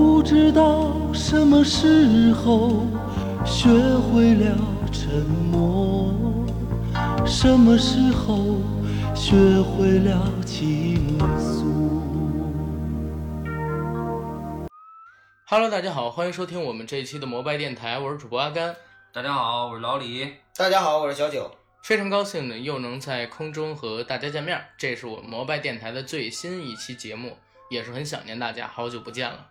不知道什么时候学会了沉默，什么时候学会了倾诉。 Hello， 大家好，欢迎收听我们这一期的摩拜电台，我是主播阿甘。 大家好，我是老李。 大家好，我是小九。 非常高兴呢，又能在空中和大家见面。这是我们摩拜电台的最新一期节目，也是很想念大家，好久不见了。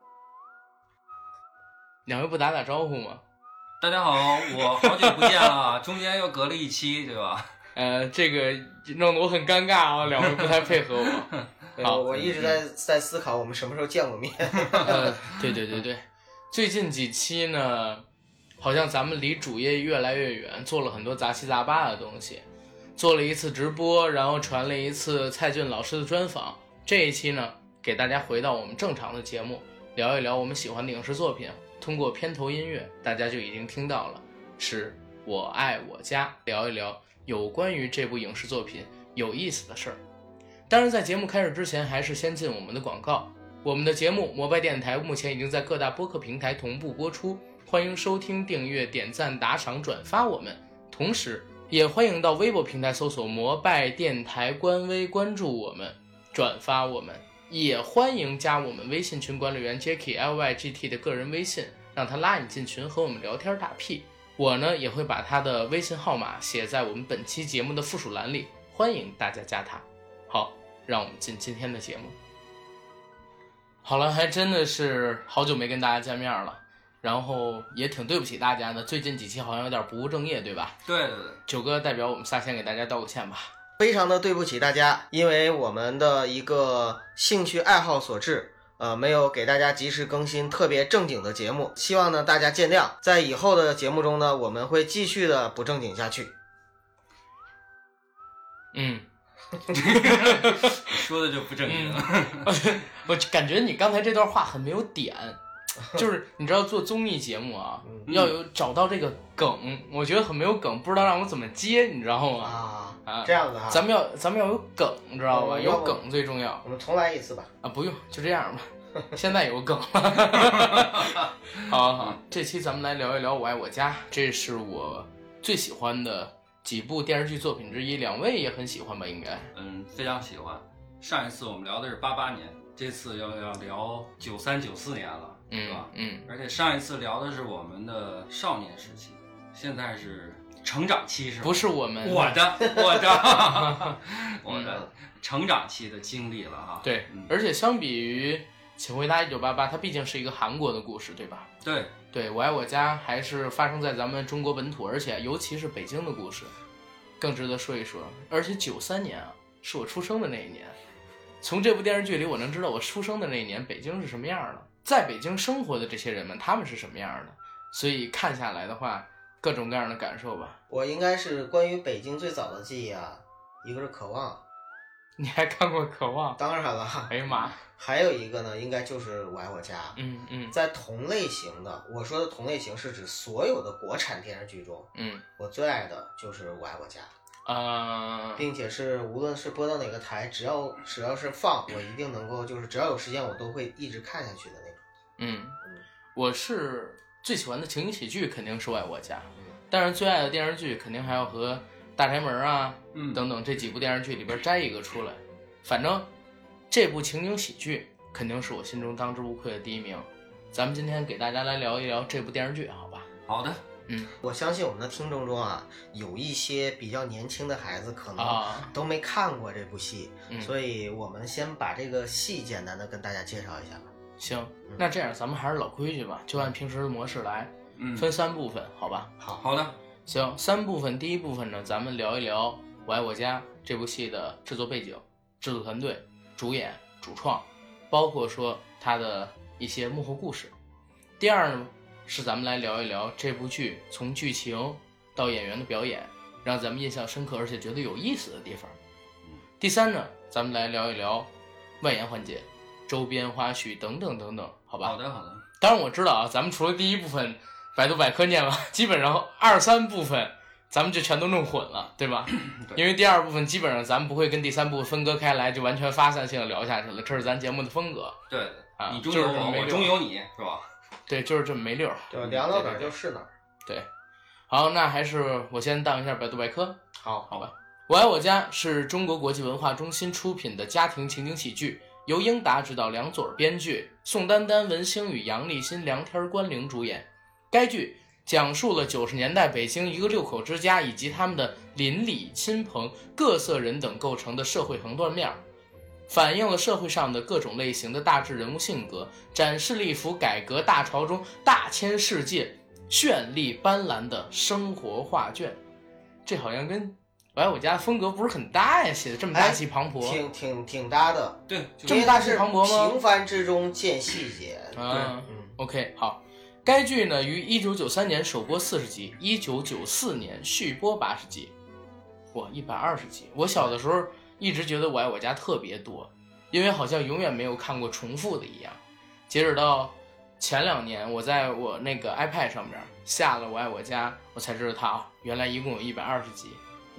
两位不打招呼吗？ 大家好，我好久不见了，中间又隔了一期，对吧？ 这个弄得我很尴尬啊，两位不太配合我。好， 我一直在思考我们什么时候见过面。 对，最近几期呢，好像咱们离主业越来越远，做了很多杂七杂八的东西，做了一次直播，然后传了一次蔡骏老师的专访。这一期呢，给大家回到我们正常的节目，聊一聊我们喜欢的影视作品。通过片头音乐，大家就已经听到了，是我爱我家，聊一聊有关于这部影视作品有意思的事儿。当然，在节目开始之前，还是先进我们的广告。我们的节目摩拜电台目前已经在各大播客平台同步播出，欢迎收听、订阅、点赞、打赏、转发我们。同时，也欢迎到微博平台搜索摩拜电台官微，关注我们，转发我们。也欢迎加我们微信群管理员 Jacky LYGT 的个人微信，让他拉你进群和我们聊天打屁。我呢也会把他的微信号码写在我们本期节目的附属栏里，欢迎大家加他。好，让我们进今天的节目。好了，还真的是好久没跟大家见面了，然后也挺对不起大家的，最近几期好像有点不务正业，对吧？对。九哥代表我们仨先给大家道个歉吧。 非常的对不起大家，因为我们的一个兴趣爱好所致，没有给大家及时更新特别正经的节目，希望呢大家见谅。在以后的节目中呢，我们会继续的不正经下去。 说的就不正经。 我感觉你刚才这段话很没有点。就是你知道做综艺节目啊，要有找到这个梗，我觉得很没有梗，不知道让我怎么接，你知道吗？ 这样子哈， 咱们要有梗，知道吧？有梗最重要。 我们重来一次吧。 不用，就这样吧。现在有梗了。好，这期咱们来聊一聊《我爱我家》，这是我最喜欢的几部电视剧作品之一，两位也很喜欢吧？应该。 非常喜欢。上一次我们聊的是88年，这次要聊93、94年了。是吧？而且上一次聊的是我们的少年时期，现在是成长期，是吧？ 不是我们， 我的成长期的经历了哈。 对，而且相比于请回答1988，它毕竟是一个韩国的故事，对吧？对，我爱我家还是发生在咱们中国本土，而且尤其是北京的故事，更值得说一说。而且93年啊，是我出生的那一年。从这部电视剧里，我能知道我出生的那一年北京是什么样的。在北京生活的这些人们，他们是什么样的？所以看下来的话，各种各样的感受吧。 我应该是关于北京最早的记忆啊，一个是渴望。 你还看过渴望？ 当然了。 哎呀妈！ 还有一个呢，应该就是我爱我家。在同类型的，我说的同类型是指所有的国产电视剧中，我最爱的就是我爱我家。并且是无论是播到哪个台，只要是放，我一定能够，就是只要有时间我都会一直看下去的那种。 我是最喜欢的情景喜剧肯定是我爱我家，但是最爱的电视剧肯定还要和大宅门啊等等这几部电视剧里边摘一个出来。反正这部情景喜剧肯定是我心中当之无愧的第一名。咱们今天给大家来聊一聊这部电视剧，好吧？ 好的。 我相信我们的听众中啊，有一些比较年轻的孩子可能都没看过这部戏，所以我们先把这个戏简单的跟大家介绍一下吧。 行，那这样咱们还是老规矩吧，就按平时的模式来，分3部分，好吧？ 好的。 行，3部分。第一部分呢，咱们聊一聊《我爱我家》这部戏的制作背景、制作团队、主演、主创，包括说它的一些幕后故事。第二呢，是咱们来聊一聊这部剧从剧情到演员的表演，让咱们印象深刻而且觉得有意思的地方。第3呢，咱们来聊一聊外延环节、周边花絮等等等等，好吧？ 好的。 当然我知道啊，咱们除了第一部分百度百科念了，基本上2、3部分咱们就全都弄混了，对吧？因为第2部分基本上咱们不会跟第3部分分割开来，就完全发散性的聊下去了，这是咱节目的风格。 对。 啊， 你中有我，我中有你，是吧？ 对，就是这么没溜儿。 对，量到哪儿就是哪儿。 对，好，那还是我先当一下百度百科。 好吧。我爱我家是中国国际文化中心出品的家庭情景喜剧，由英达执导，梁左编剧，宋丹丹、文星宇、杨立新、梁天、关凌主演。该剧讲述了90年代北京一个6口之家以及他们的邻里、亲朋、各色人等构成的社会横断面，反映了社会上的各种类型的大致人物性格，展示了一幅改革大潮中大千世界绚丽斑斓的生活画卷。这好像跟我爱我家的风格不是很搭呀，写的这么大气磅礴。 挺搭的。 对， 这么大气磅礴吗？ 平凡之中见细节。 OK， 好。该剧呢于1993年首播40集，1994年续播80集。哇，120集！我小的时候一直觉得我爱我家特别多，因为好像永远没有看过重复的一样。截止到前2年，我在我那个 iPad 上面下了我爱我家，我才知道它原来一共有120集。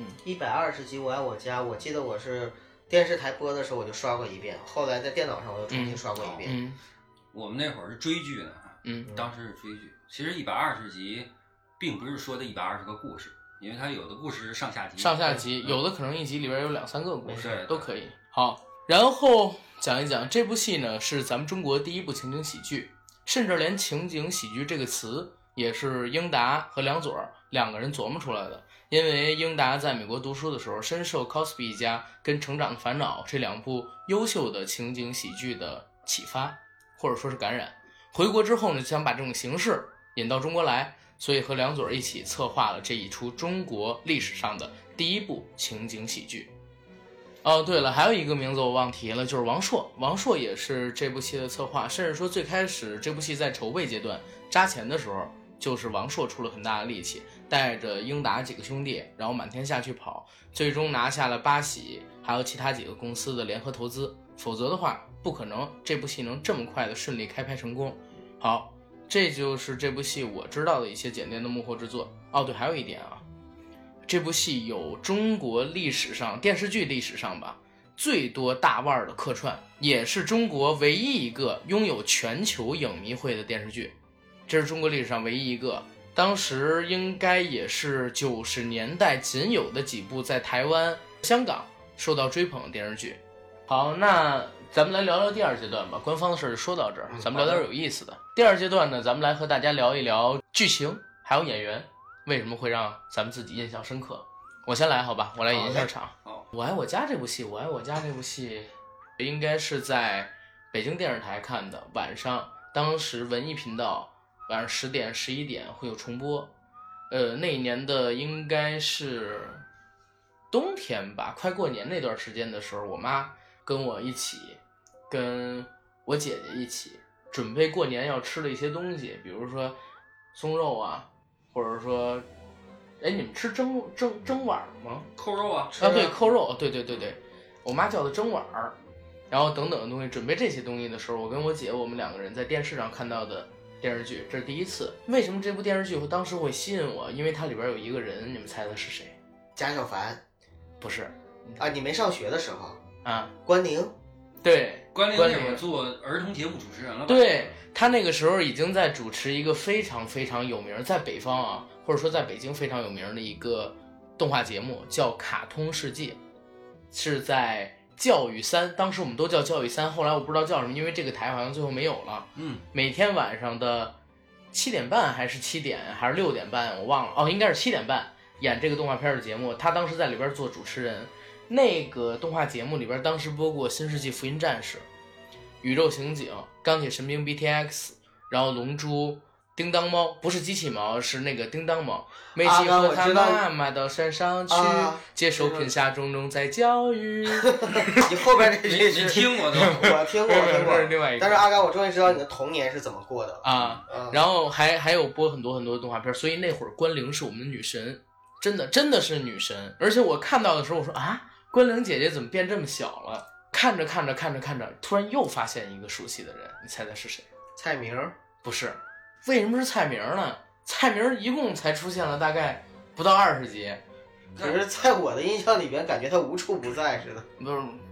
120集我爱我家，我记得我是电视台播的时候我就刷过一遍，后来在电脑上我又重新刷过一遍。 我们那会儿是追剧呢。当时是追剧。其实120集并不是说的120个故事，因为它有的故事是上下集， 有的可能一集里边有2-3个故事，都可以。好，然后讲一讲这部戏呢，是咱们中国第一部情景喜剧，甚至连情景喜剧这个词也是英达和梁左2个人琢磨出来的。因为英达在美国读书的时候，深受 Cosby 一家跟成长的烦恼这2部优秀的情景喜剧的启发，或者说是感染。回国之后呢，就想把这种形式引到中国来，所以和梁左一起策划了这一出中国历史上的第一部情景喜剧。哦，对了，还有一个名字我忘提了，就是王朔。王朔也是这部戏的策划，甚至说最开始这部戏在筹备阶段扎钱的时候，就是王朔出了很大的力气，带着英达几个兄弟，然后满天下去跑，最终拿下了八喜还有其他几个公司的联合投资，否则的话不可能这部戏能这么快的顺利开拍成功。好，这就是这部戏我知道的一些简单的幕后制作。哦，对，还有一点啊，这部戏有中国历史上电视剧历史上吧最多大腕的客串，也是中国唯一一个拥有全球影迷会的电视剧，这是中国历史上唯一一个，当时应该也是90年代仅有的几部在台湾、香港受到追捧的电视剧。好，那咱们来聊聊第2阶段吧，官方的事就说到这儿，咱们聊点有意思的。第2阶段呢，咱们来和大家聊一聊剧情还有演员为什么会让咱们自己印象深刻。我先来好吧，我来引一下场。我爱我家这部戏应该是在北京电视台看的，晚上，当时文艺频道晚上10点11点会有重播。那一年的应该是冬天吧，快过年那段时间的时候，我妈跟我一起，跟我姐姐一起准备过年要吃的一些东西，比如说松肉啊，或者说，哎，你们吃蒸碗吗？ 扣肉啊？ 啊，对，扣肉，对，我妈叫的蒸碗，然后等等的东西。准备这些东西的时候，我跟我姐，我们2个人在电视上看到的电视剧，这是第一次。为什么这部电视剧当时会吸引我？因为它里边有一个人，你们猜他是谁？ 贾小凡？ 不是啊，你没上学的时候啊？ 关凌？ 对，关凌那会儿做儿童节目主持人了吧？ 对，他那个时候已经在主持一个非常非常有名，在北方啊，或者说在北京非常有名的一个动画节目，叫《卡通世界》，是在教育3，当时我们都叫教育3，后来我不知道叫什么，因为这个台好像最后没有了。每天晚上的7点半还是7点还是6点半，我忘了哦，应该是7点半演这个动画片的节目，他当时在里边做主持人。那个动画节目里边当时播过《新世纪福音战士》、宇宙刑警、钢铁神兵 BTX， 然后龙珠、叮当猫，不是机器猫，是那个叮当猫。梅西和他妈妈到山上去，接受贫下中农在教育。 你后边这句你听过都？ 我听过， 另外一个。 但是阿甘，我终于知道你的童年是怎么过的了啊！然后还有播很多很多动画片，所以那会儿关凌是我们的女神，真的是女神。而且我看到的时候，我说啊，关凌姐姐怎么变这么小了？看着，突然又发现一个熟悉的人，你猜猜是谁？ 蔡明？不是。 为什么是蔡明呢？蔡明一共才出现了大概不到20集， 可是在我的印象里边，感觉他无处不在似的。 不是，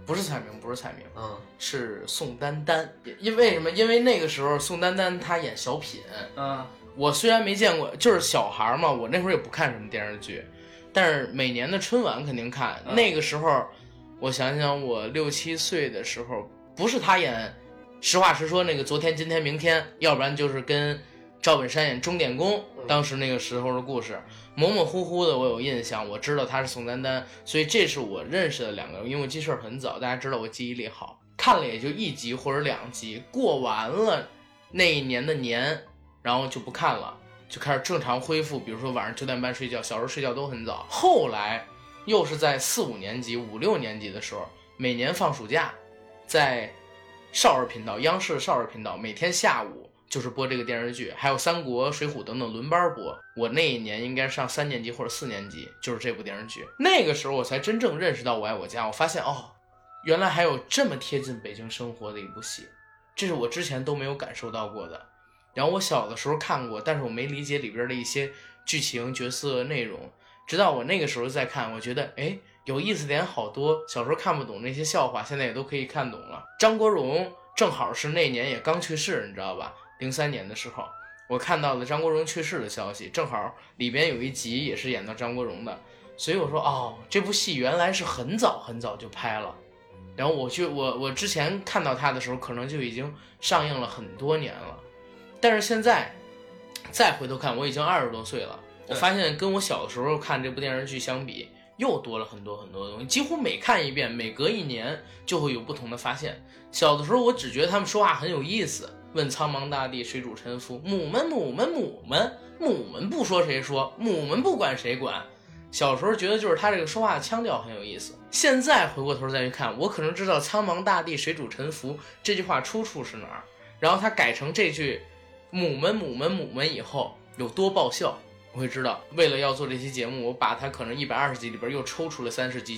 不是蔡明，是宋丹丹。为什么？因为那个时候宋丹丹她演小品，我虽然没见过，就是小孩嘛，我那会儿也不看什么电视剧，但是每年的春晚肯定看。那个时候，我想想，我6、7岁的时候，不是他演实话实说那个昨天、今天、明天，要不然就是跟赵本山演钟点工，当时那个时候的故事，模模糊糊的我有印象，我知道他是宋丹丹，所以这是我认识的2个人，因为我记事很早，大家知道我记忆力好，看了也就1集或者2集，过完了那一年的年。然后就不看了，就开始正常恢复，比如说晚上9点半睡觉，小时候睡觉都很早。后来又是在4、5年级、5、6年级的时候，每年放暑假，在少儿频道，央视少儿频道，每天下午就是播这个电视剧，还有三国、水浒等等轮班播。我那一年应该上3年级或者4年级，就是这部电视剧。那个时候我才真正认识到我爱我家，我发现原来还有这么贴近北京生活的一部戏，这是我之前都没有感受到过的。然后我小的时候看过，但是我没理解里边的一些剧情、角色、内容。直到我那个时候再看，我觉得有意思点好多，小时候看不懂那些笑话，现在也都可以看懂了。张国荣正好是那年也刚去世，你知道吧？03年的时候，我看到了张国荣去世的消息，正好里边有一集也是演到张国荣的，所以我说这部戏原来是很早很早就拍了。然后我之前看到他的时候，可能就已经上映了很多年了。但是现在再回头看，我已经20多岁了，我发现跟我小的时候看这部电视剧相比，又多了很多很多东西，几乎每看一遍，每隔1年就会有不同的发现。小的时候我只觉得他们说话很有意思，问苍茫大地水主沉浮，母们不说谁说，母们不管谁管。小时候觉得就是他这个说话的腔调很有意思，现在回过头再去看，我可能知道苍茫大地水主沉浮这句话出处是哪儿，然后他改成这句母们以后有多爆笑，我会知道。为了要做这期节目，我把它可能120集里边又抽出了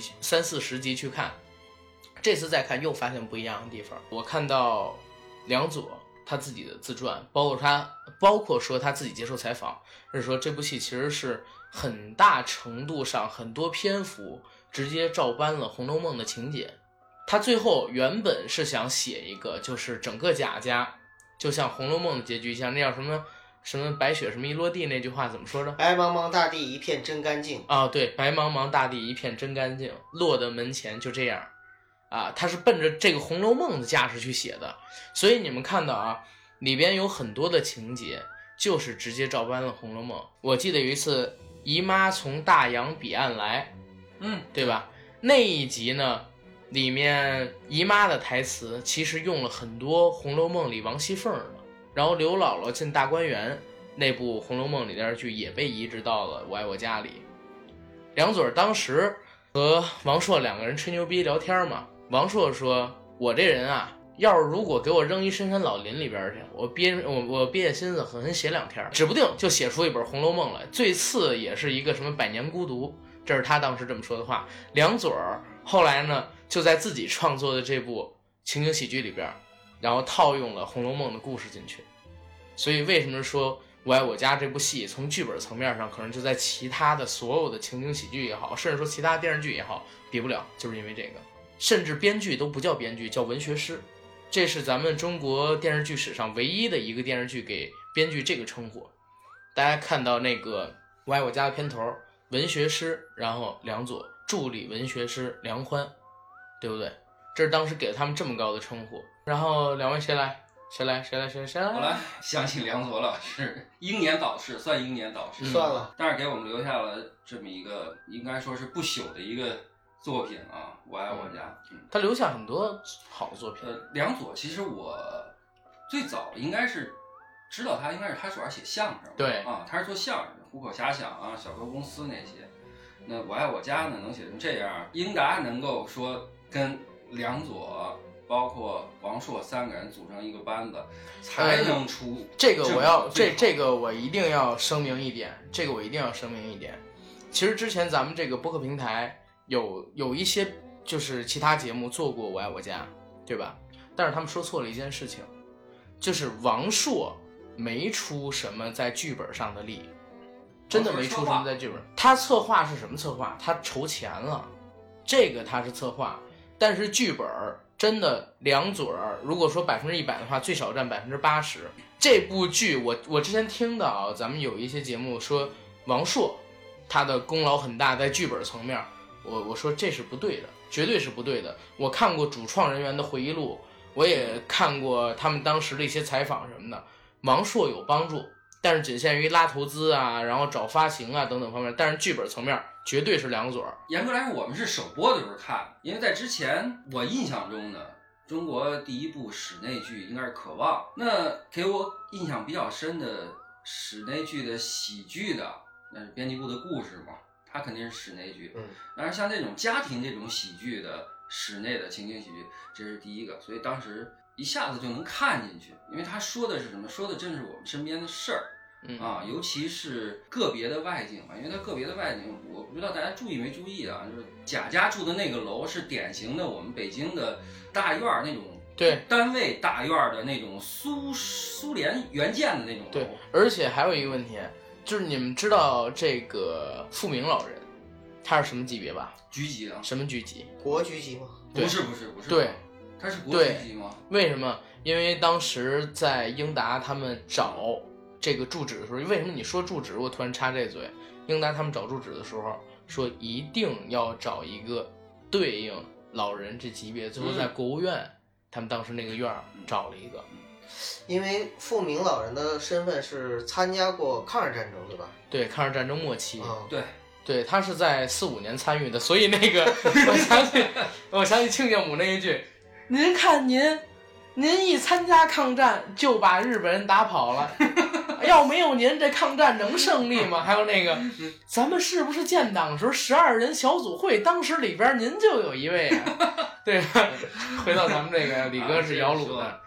30、40集去看，这次再看又发现不一样的地方。我看到梁左他自己的自传，包括说他自己接受采访，是说这部戏其实是很大程度上很多篇幅直接照搬了《红楼梦》的情节。他最后原本是想写一个就是整个贾家就像《红楼梦》的结局一样，那叫什么白雪什么一落地那句话怎么说的？ 白茫茫大地一片真干净对，白茫茫大地一片真干净，落得门前就这样他是奔着这个《红楼梦》的架势去写的。所以你们看到里边有很多的情节就是直接照搬了《红楼梦》。我记得有一次姨妈从大洋彼岸来，对吧？那一集呢里面姨妈的台词其实用了很多《红楼梦》里王熙凤的，然后刘姥姥进大观园那部《红楼梦》里电视剧也被移植到了《我爱我家》里。梁左当时和王朔2个人吹牛逼聊天嘛，王朔说我这人要是如果给我扔一深山老林里边去，我憋着心思狠写2天，指不定就写出一本《红楼梦》来，最次也是一个什么百年孤独，这是他当时这么说的话。梁左后来呢就在自己创作的这部情景喜剧里边，然后套用了《红楼梦》的故事进去。所以为什么说《我爱我家》这部戏从剧本层面上可能就在其他的所有的情景喜剧也好，甚至说其他电视剧也好比不了，就是因为这个。甚至编剧都不叫编剧，叫文学师，这是咱们中国电视剧史上唯一的一个电视剧给编剧这个称呼。大家看到那个《我爱我家》的片头，文学师，然后梁左，助理文学师梁欢，对不对？这是当时给了他们这么高的称呼。然后2位谁来？我来，相信梁左老师英年早逝，算英年早逝， 算了， 但是给我们留下了这么一个应该说是不朽的一个作品我爱我家。 他留下很多好的作品。 梁左其实我最早应该是知道他，应该是他主要写相声， 对他是做相声的，虎口遐想小哥公司那些。那我爱我家呢能写成这样，应该能够说跟梁左包括王朔3个人组成一个班子，才能出这个我一定要声明一点，其实之前咱们这个播客平台有一些就是其他节目做过《我爱我家》，对吧？但是他们说错了一件事情，就是王朔没出什么在剧本上的力，真的没出什么在剧本。他策划是什么策划？他筹钱了，这个他是策划。 但是剧本真的两嘴儿，如果说100%的话，最少占80%。这部剧我之前听到啊，咱们有一些节目说王朔他的功劳很大，在剧本层面，我说这是不对的，绝对是不对的。我看过主创人员的回忆录，我也看过他们当时的一些采访什么的，王朔有帮助，但是仅限于拉投资啊，然后找发行啊等等方面，但是剧本层面绝对是两嘴儿。 严格来说，我们是首播的时候看，因为在之前我印象中呢，中国第一部室内剧应该是《渴望》，那给我印象比较深的室内剧的喜剧的，那是编辑部的故事嘛，它肯定是室内剧。但是像这种家庭这种喜剧的室内的情景喜剧，这是第一个，所以当时一下子就能看进去，因为他说的是什么？说的正是我们身边的事儿。尤其是个别的外景嘛，因为它个别的外景，我不知道大家注意没注意啊，就是贾家住的那个楼是典型的我们北京的大院那种， 对， 单位大院的那种苏联原建的那种楼。 对，而且还有一个问题，就是你们知道这个富明老人，他是什么级别吧？ 局级啊？ 什么局级？ 国局级吗？ 不是， 对， 他是国局级吗？ 为什么？因为当时在英达他们找这个住址的时候，为什么你说住址？我突然插这嘴。英达他们找住址的时候说，一定要找一个对应老人这级别。最后在国务院，他们当时那个院找了一个。 因为富明老人的身份是参加过抗日战争，对吧？ 对，抗日战争末期。 对， 他是在45年参与的，所以那个我想起亲家母那一句，您看您一参加抗战就把日本人打跑了。要没有您，这抗战能胜利吗？还有那个，咱们是不是建党时候12人小组会，当时里边您就有一位啊？对吧？回到咱们这个李哥是姚鲁的，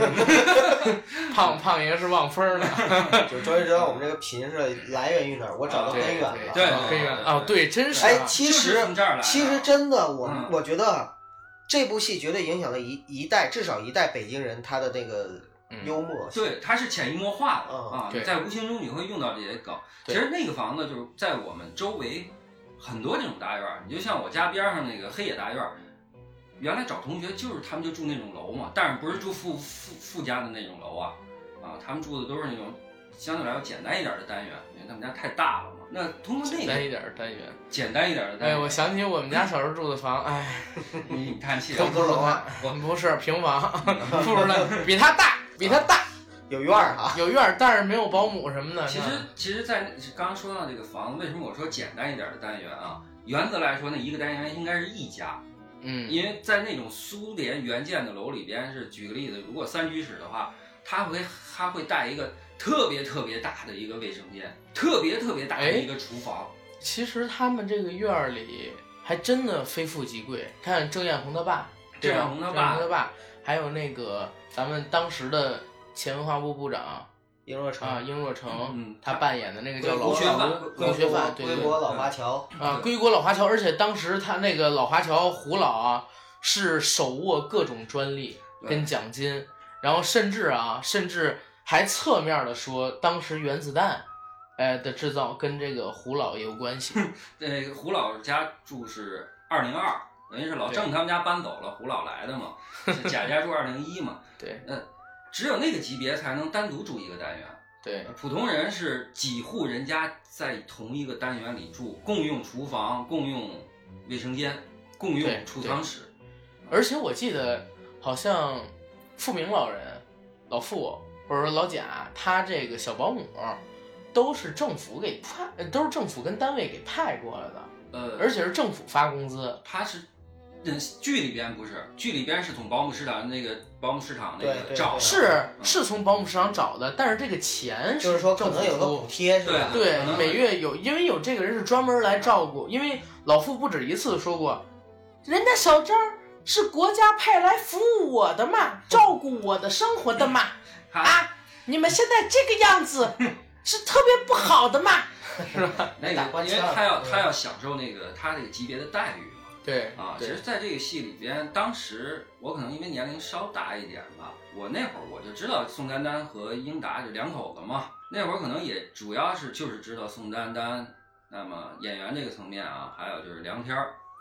胖爷是望风的。 就终于知道我们这个频是来源于哪儿，我找到根源了。 对， 根源啊，对，真是。 哎，其实真的，我觉得这部戏绝对影响了一代，至少一代北京人他的那个。幽默， 对，它是潜移默化的在无形中你会用到这些梗。其实那个房子就是在我们周围很多这种大院，你就像我家边上那个黑野大院，原来找同学就是他们就住那种楼嘛，但是不是住富家的那种楼啊，他们住的都是那种相对来说简单一点的单元，因为他们家太大了嘛。那通过那个简单一点的单元， 哎， 我想起我们家小时候住的房，哎， 你叹气， 都不如他，不是平房，不如他，比他大， 有院儿哈， 有院儿，但是没有保姆什么的。 其实，在刚刚说到这个房子，为什么我说简单一点的单元啊？原则来说，那一个单元应该是一家，因为在那种苏联原建的楼里边，是举个例子，如果3居室的话，它会带一个特别大的一个卫生间，特别大的一个厨房。 其实他们这个院儿里还真的非富即贵，看郑艳红他爸，还有那个咱们当时的前文化部部长殷若成， 他扮演的那个叫老归学范， 归国老华侨归国老华侨，而且当时他那个老华侨胡老啊是手握各种专利跟奖金，然后甚至还侧面的说当时原子弹的制造跟这个胡老也有关系。 那个胡老家住是202，等于是老郑他们家搬走了，胡老来的嘛，是贾家住201嘛。 对， 只有那个级别才能单独住一个单元。 对， 普通人是几户人家在同一个单元里住，共用厨房、共用卫生间、共用储藏室。 而且我记得好像富明老人、老傅或者说老贾，他这个小保姆都是政府给派，都是政府跟单位给派过来的。而且是政府发工资。 他是。剧里边不是，剧里边是从保姆市场那个找的， 是从保姆市场找的，但是这个钱就是说可能有个补贴是吧？ 对，每月有，因为有这个人是专门来照顾，因为老傅不止一次说过，人家小张是国家派来服务我的嘛，照顾我的生活的嘛，你们现在这个样子是特别不好的嘛，是吧？ 那个，因为他要享受那个他这个级别的待遇。 对其实在这个戏里边，当时我可能因为年龄稍大一点吧，我那会儿我就知道宋丹丹和英达这两口子嘛，那会儿可能也主要就是知道宋丹丹，那么演员这个层面啊，还有就是梁天儿，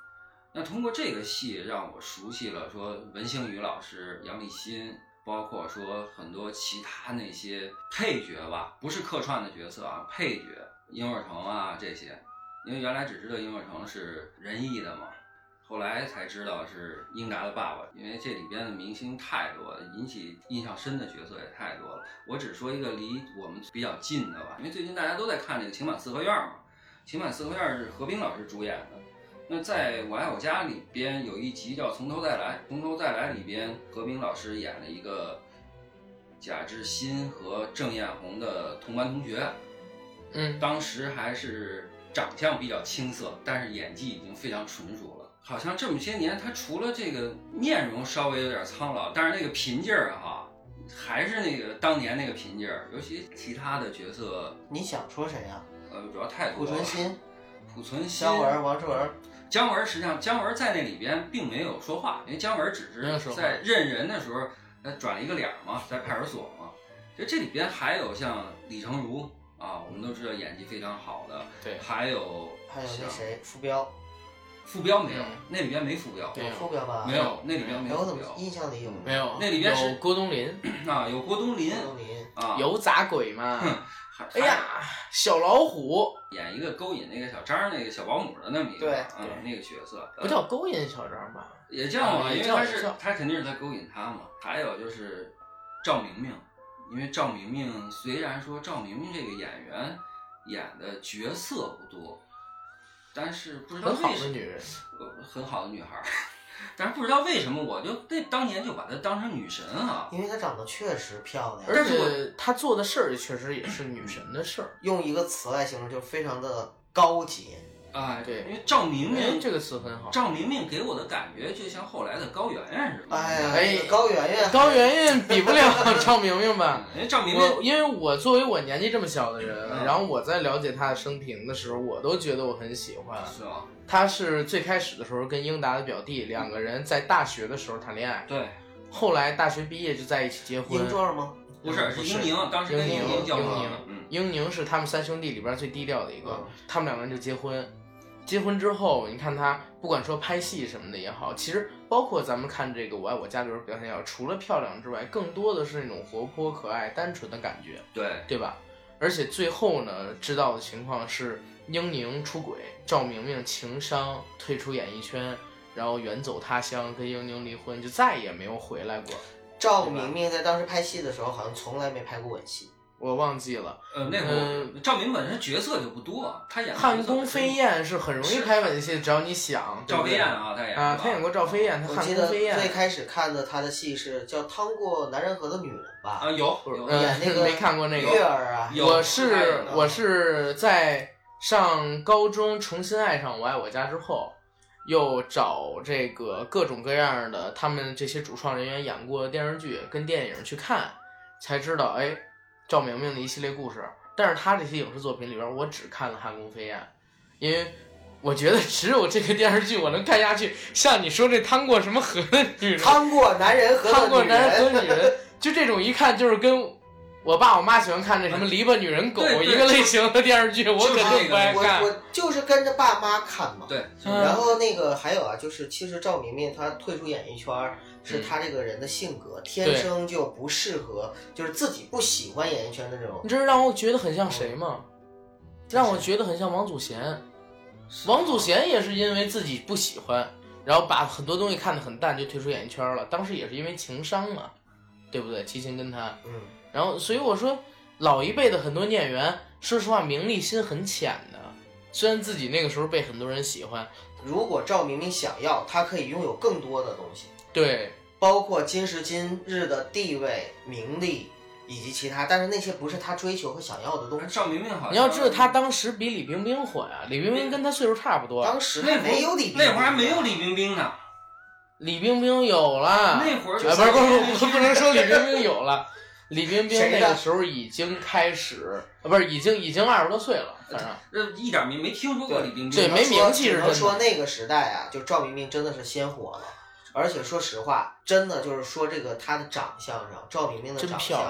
那通过这个戏让我熟悉了说文星宇老师、杨立新，包括说很多其他那些配角吧，不是客串的角色啊，配角殷若成啊这些。因为原来只知道殷若成是仁义的嘛，后来才知道是英达的爸爸。因为这里边的明星太多了，引起印象深的角色也太多了。我只说一个离我们比较近的吧，因为最近大家都在看这个《情满四合院》嘛，《情满四合院》是何冰老师主演的。那在《我爱我家》里边有一集叫《从头再来》，《从头再来》里边何冰老师演了一个贾志新和郑艳红的同班同学，当时还是长相比较青涩，但是演技已经非常纯熟了。好像这么些年，他除了这个面容稍微有点苍老，但是那个拼劲儿哈，还是那个当年那个拼劲儿。尤其其他的角色， 你想说谁呀？ 主要太多了。濮存昕、 姜文、王志文。 姜文实际上，姜文在那里边并没有说话，因为姜文只是在认人的时候，他转了一个脸嘛，在派出所嘛。就这里边还有像李成儒啊，我们都知道演技非常好的， 对， 还有那谁，傅彪。 傅彪没有，那里边没傅彪， 有傅彪吧？ 没有，那里边没有。 我怎么印象里有？ 没有， 那里边是有郭冬临啊，有郭冬临啊， 有咋鬼嘛？哎呀，小老虎演一个勾引那个小张那个小保姆的那么一个那个角色， 不叫勾引小张吧？ 也叫嘛，因为他肯定是在勾引他嘛。还有就是赵明明，因为赵明明虽然说赵明明这个演员演的角色不多，但是不知道为什么很好的女人， 很好的女孩。但是不知道为什么，我就当年就把她当成女神啊， 因为她长得确实漂亮， 而且她做的事儿确实也是女神的事儿。 用一个词来形容，就非常的高洁。 哎， 对， 因为赵明明这个词很好。 赵明明给我的感觉就像后来的高圆圆似的。 哎，高圆圆比不了赵明明吧？ 赵明明， 因为我作为我年纪这么小的人，然后我在了解她的生平的时候，我都觉得我很喜欢。 是啊。 他是最开始的时候跟英达的表弟两个人在大学的时候谈恋爱， 对， 后来大学毕业就在一起结婚。 英壮吗？ 不是，是英宁，当时跟英宁交往。 英宁是他们三兄弟里边最低调的一个，他们两个人就结婚。结婚之后，你看他不管说拍戏什么的也好，其实包括咱们看这个《我爱我家》里边表现也好，除了漂亮之外，更多的是那种活泼可爱、单纯的感觉，对吧？而且最后呢，知道的情况是英宁出轨，赵明明情伤，退出演艺圈，然后远走他乡，跟英宁离婚，就再也没有回来过。 赵明明在当时拍戏的时候，好像从来没拍过吻戏。 我忘记了， 那会儿赵明本身角色就不多，他演汉宫飞燕是很容易拍吻戏，只要你想。 赵飞燕啊， 他演过赵飞燕，他汉宫飞燕。 最开始看的他的戏是叫《趟过男人河的女人》吧？ 啊，有演那个没看过那个月儿啊。 我是在上高中重新爱上《我爱我家》之后，又找这个各种各样的他们这些主创人员演过的电视剧跟电影去看，才知道哎。赵明明的一系列故事，但是他这些影视作品里边，我只看了《汉宫飞燕》，因为我觉得只有这个电视剧我能看下去。像你说这趟过什么河的女人， 趟过男人河的女人，就这种一看就是跟我爸我妈喜欢看那什么篱笆女人狗一个类型的电视剧，我肯定不爱看。 我就是跟着爸妈看嘛。 对， 然后那个还有啊，就是其实赵明明他退出演艺圈。是他这个人的性格，天生就不适合，就是自己不喜欢演艺圈的那种。 你知道让我觉得很像谁吗？让我觉得很像王祖贤。王祖贤也是因为自己不喜欢，然后把很多东西看得很淡，就退出演艺圈了。当时也是因为情伤嘛，对不对？齐秦跟他，然后所以我说，老一辈的很多演员，说实话名利心很浅的，虽然自己那个时候被很多人喜欢。 如果赵明明想要，他可以拥有更多的东西。 对， 包括今时今日的地位、名利以及其他，但是那些不是他追求和想要的东西。 赵明明好像， 你要知道他当时比李冰冰火呀，李冰冰跟他岁数差不多。 当时没有李冰冰， 那会儿还没有李冰冰呢。 李冰冰有了， 那会儿不能说李冰冰有了，李冰冰那个时候已经开始，不是已经20多岁了，反正一点没听说过李冰冰， 对，没名气是真的。 说那个时代啊，就赵明明真的是先火了。而且说实话，真的就是说这个他的长相上，赵明明的长相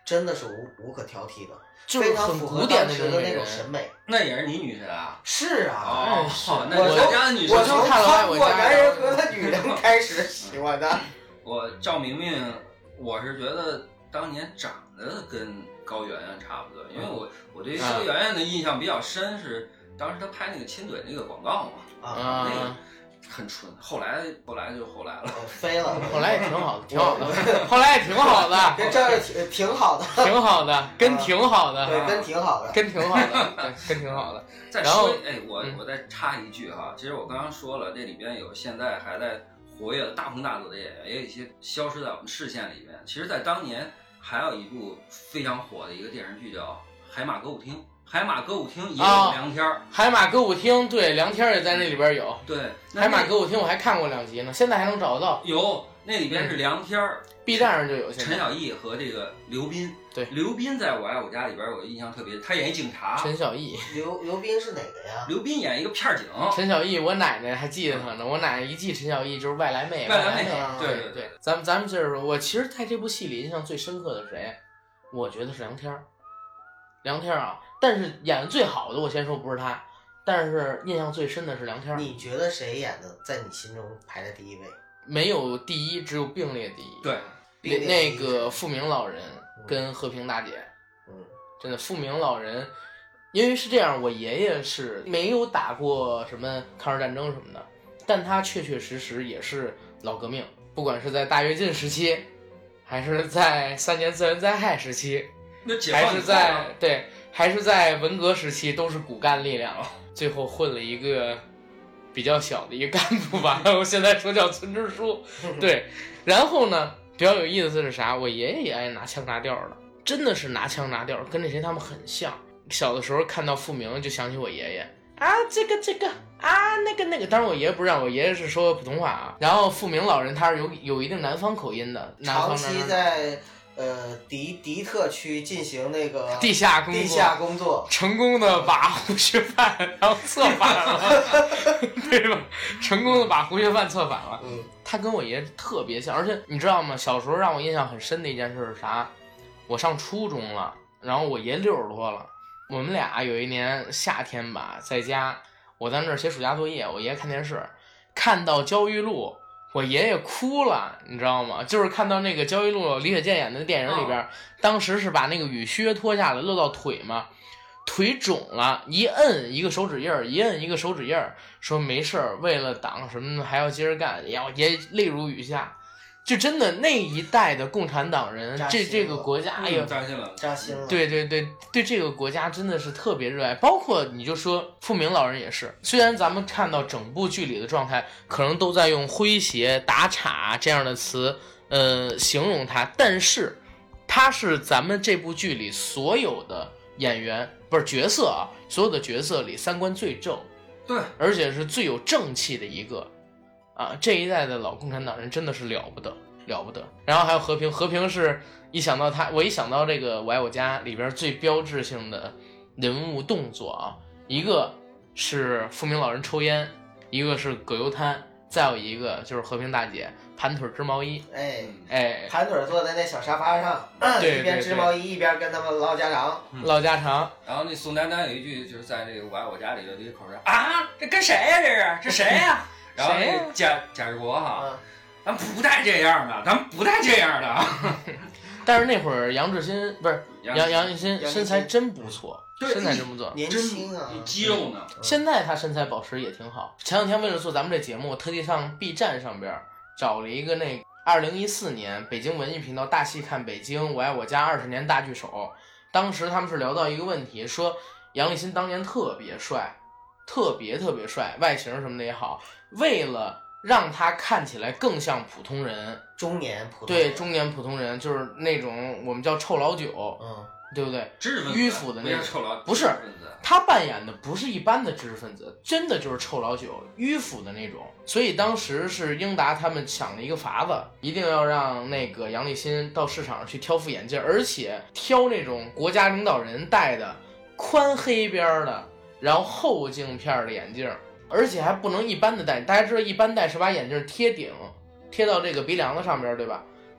真的是无可挑剔的， 就是很古典的那种审美。 那也是你女神啊？ 是啊， 那我家的女神， 我从看过男人和女人开始喜欢的。 我赵明明，我是觉得当年长得跟高圆圆差不多，因为我对高圆圆的印象比较深是当时她拍那个亲嘴那个广告嘛，那个很纯，后来就后来了， 飞了， 后来也挺好的，挺好的，后来也挺好的， 这挺好的， 挺好的，跟挺好的， 对，跟挺好的， 跟挺好的，对，跟挺好的。 再说，我再插一句哈，其实我刚刚说了，这里边有现在还在活跃的大红大紫的演员，也有一些消失在我们视线里面。其实，在当年还有一部非常火的一个电视剧叫《海马歌舞厅》。海马歌舞厅也有梁天儿， 海马歌舞厅对，梁天儿也在那里边有。 对， 海马歌舞厅我还看过2集呢，现在还能找得到。 有，那里边是梁天儿 ，B 站上就有。 陈小艺和这个刘斌， 对， 刘斌在我爱我家里边我印象特别，他演一警察。 陈小艺， 刘斌是哪个呀？ 刘斌演一个片警。 陈小艺，我奶奶还记得他呢，我奶奶一记陈小艺就是外来妹。 外来妹， 对对。咱们接着说，我其实在这部戏里印象最深刻的是谁？我觉得是梁天儿。梁天儿啊，但是演的最好的我先说不是他，但是印象最深的是梁天儿。 你觉得谁演的在你心中排在第一位？ 没有第一，只有并列第一。 对， 那个富明老人跟和平大姐，真的富明老人，因为是这样，我爷爷是没有打过什么抗日战争什么的，但他确确实实也是老革命，不管是在大跃进时期，还是在3年自然灾害时期。还是在文革时期，都是骨干力量，最后混了一个比较小的一个干部吧，我现在说叫村支书。对，然后呢，比较有意思的是啥？我爷爷也爱拿腔拿调的，真的是拿腔拿调，跟那谁他们很像。小的时候看到富明就想起我爷爷啊，这个啊，那个，当然我爷爷不让，我爷爷是说普通话啊。然后富明老人他是有一定南方口音的， 长期在迪特区进行那个地下工作，成功的把胡学范然后策反了，对吧？成功的把胡学范策反了。他跟我爷特别像，而且你知道吗？小时候让我印象很深的一件事是啥？我上初中了，然后我爷60多了，我们俩有一年夏天吧，在家，我在那儿写暑假作业，我爷看电视，看到焦裕禄。我爷爷哭了，你知道吗？就是看到那个焦裕禄李雪健演的电影里边，当时是把那个雨靴脱下来露到腿嘛，腿肿了，一摁一个手指印儿，一摁一个手指印儿，说没事儿，为了党什么的还要接着干，我爷泪如雨下。就真的那一代的共产党人，这个国家，哎呦， 扎心了。 对这个国家真的是特别热爱。包括你就说富明老人也是，虽然咱们看到整部剧里的状态，可能都在用诙谐、打岔这样的词，形容他，但是他是咱们这部剧里所有的演员不是角色啊，所有的角色里三观最正， 对， 而且是最有正气的一个。啊，这一代的老共产党人真的是了不得。然后还有和平是一想到他，我一想到这个我爱我家里边最标志性的人物动作啊，一个是富明老人抽烟，一个是葛优瘫，再有一个就是和平大姐盘腿织毛衣， 盘腿坐在那小沙发上，一边织毛衣一边跟他们唠家常， 然后那宋丹丹有一句就是在这个我爱我家里的一个口上啊，这跟谁呀？这谁呀？然后那个贾志国哈，咱不带这样的， 但是那会儿杨志新不是杨立新身材真不错，身材真不错， 年轻啊， 肌肉呢。 现在他身材保持也挺好。前两天为了做咱们这节目，我特地上 B 站上边找了一个那2014年北京文艺频道大戏看北京我爱我家20年大聚首，当时他们是聊到一个问题，说杨立新当年特别帅，特别帅，外形什么的也好，为了让他看起来更像普通人，中年普通人，就是那种我们叫臭老九，对不对？ 知识分子， 迂腐的那种，不是他扮演的不是一般的知识分子，真的就是臭老九，迂腐的那种。所以当时是英达他们想了一个法子，一定要让那个杨立新到市场上去挑副眼镜，而且挑那种国家领导人戴的宽黑边的，然后后镜片的眼镜。而且还不能一般的戴，大家知道一般戴是把眼镜贴顶，贴到这个鼻梁子上边，对吧？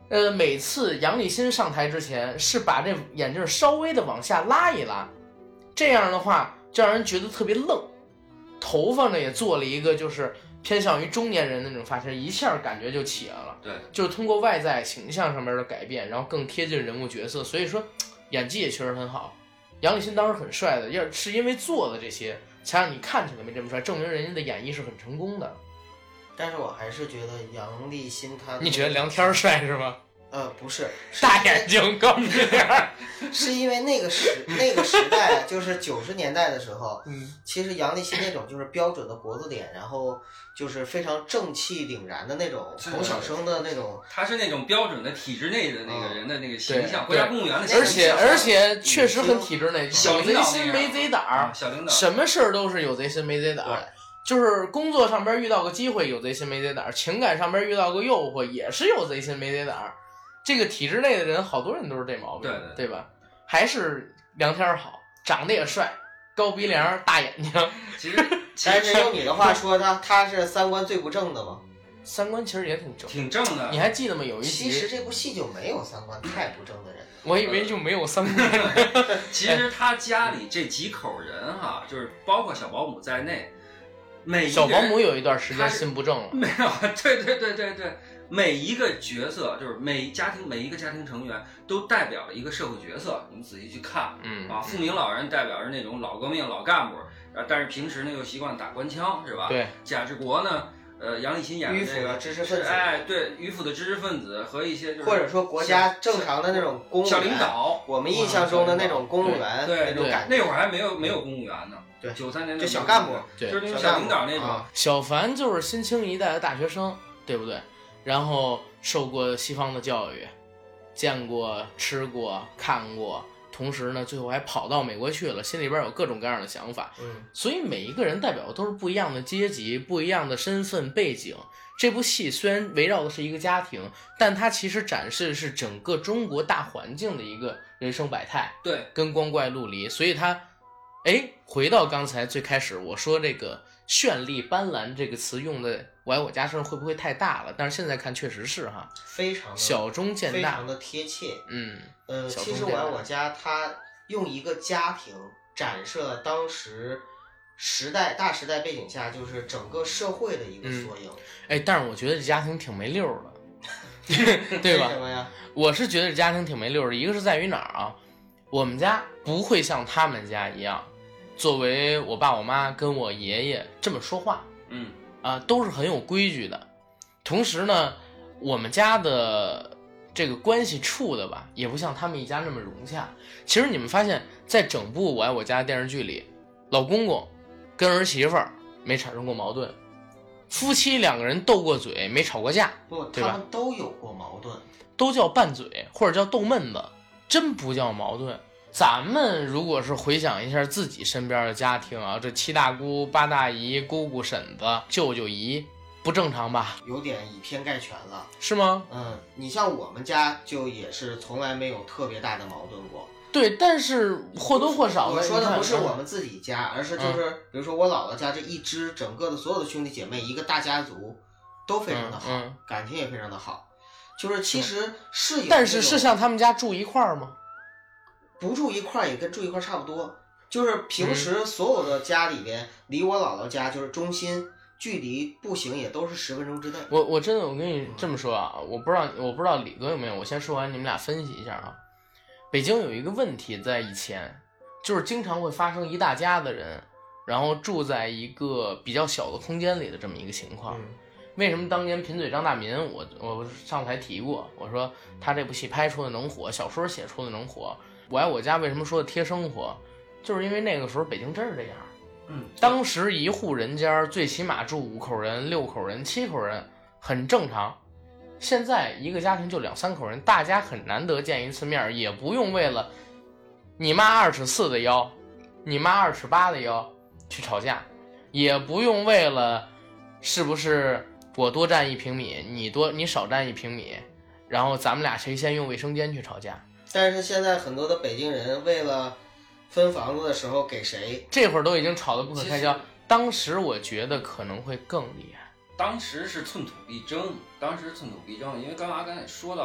每次杨立新上台之前是把这眼镜稍微的往下拉一拉，这样的话就让人觉得特别愣。头发呢也做了一个就是偏向于中年人的那种发型，一下感觉就起来了。 对， 就是通过外在形象上面的改变，然后更贴近人物角色，所以说演技也确实很好。杨立新当时很帅的，要是因为做的这些才让你看起来没这么帅，证明人家的演绎是很成功的。 但是我还是觉得杨立新他， 你觉得梁天帅是吗？ 不是， 大眼睛高鼻梁， 是因为那个时代就是90年代的时候，其实杨立新那种就是标准的国字脸，然后就是非常正气凛然的那种孔晓生的那种， 他是那种标准的体制内的那个人的那个形象，国家公务员的形象，而且确实很体制内， 小有贼心没贼胆， 小领导， 什么事儿都是有贼心没贼胆。就是工作上边遇到个机会有贼心没贼胆，情感上边遇到个诱惑也是有贼心没贼胆。这个体制内的人，好多人都是这毛病，对吧？还是梁天好，长得也帅，高鼻梁，大眼睛。 其实但是用你的话说，他是三观最不正的吗？ 三观其实也挺正的。 你还记得吗？有一集， 其实这部戏就没有三观太不正的人。 我以为就没有三观。 其实他家里这几口人哈，就是包括小保姆在内， 小保姆有一段时间心不正了。 没有，对。每一个角色就是每一个家庭成员都代表了一个社会角色，你们仔细去看，富明老人代表着那种老革命老干部，但是平时呢又习惯打官腔，是吧？ 对。 贾志国呢，杨立新演的这个知识分子， 对，迂腐的知识分子和一些就是或者说国家正常的那种公务员小领导， 我们印象中的那种公务员， 对那种感觉。 那会儿还没有公务员呢。 对 ，93年就小干部， 就是那种小领导那种。 小凡就是新兴一代的大学生，对不对？然后受过西方的教育，见过、吃过、看过，同时呢，最后还跑到美国去了，心里边有各种各样的想法。所以每一个人代表的都是不一样的阶级、不一样的身份背景。这部戏虽然围绕的是一个家庭，但它其实展示的是整个中国大环境的一个人生百态， 对， 跟光怪陆离。所以它，回到刚才最开始我说这个绚丽斑斓这个词用的我爱我家声会不会太大了？但是现在看确实是哈， 非常的小中见大， 非常的贴切。其实我爱我家它用一个家庭展示了当时大时代背景下就是整个社会的一个缩影。 但是我觉得这家庭挺没溜的，对吧？ 为什么呀？ 我是觉得这家庭挺没溜的，一个是在于哪儿啊？我们家不会像他们家一样，作为我爸我妈跟我爷爷这么说话，都是很有规矩的。同时呢，我们家的这个关系处的吧，也不像他们一家那么融洽。其实你们发现，在整部《我爱我家》电视剧里，老公公跟儿媳妇儿没产生过矛盾，夫妻两个人斗过嘴，没吵过架， 不， 对吧？ 他们都有过矛盾， 都叫拌嘴或者叫斗闷子，真不叫矛盾。咱们如果是回想一下自己身边的家庭啊，这七大姑八大姨姑姑婶子舅舅姨，不正常吧？ 有点以偏概全了， 是吗？ 你像我们家就也是从来没有特别大的矛盾过。 对，但是或多或少的， 我说的不是我们自己家，而是就是比如说我姥姥家这一支整个的所有的兄弟姐妹，一个大家族都非常的好，感情也非常的好。就是其实是有， 但是是像他们家住一块儿吗？ 不住一块儿也跟住一块儿差不多，就是平时所有的家里边，离我姥姥家就是中心距离步行也都是10分钟之内。 我真的我跟你这么说啊，我不知道李哥有没有，我先说完你们俩分析一下啊。北京有一个问题在以前，就是经常会发生一大家的人，然后住在一个比较小的空间里的这么一个情况。为什么当年贫嘴张大民，我上台提过，我说他这部戏拍出的能火，小说写出的能火。我爱我家为什么说的贴生活，就是因为那个时候北京真是这样。当时一户人家最起码住5口人、6口人、7口人，很正常。现在一个家庭就2、3口人，大家很难得见一次面，也不用为了你妈2尺4的腰，你妈2尺8的腰去吵架，也不用为了是不是我多占1平米，你少占1平米，然后咱们俩谁先用卫生间去吵架。 但是现在很多的北京人为了分房子的时候给谁， 这会儿都已经吵得不可开交。当时我觉得可能会更厉害。 当时是寸土必争，因为刚才也说到了嘛，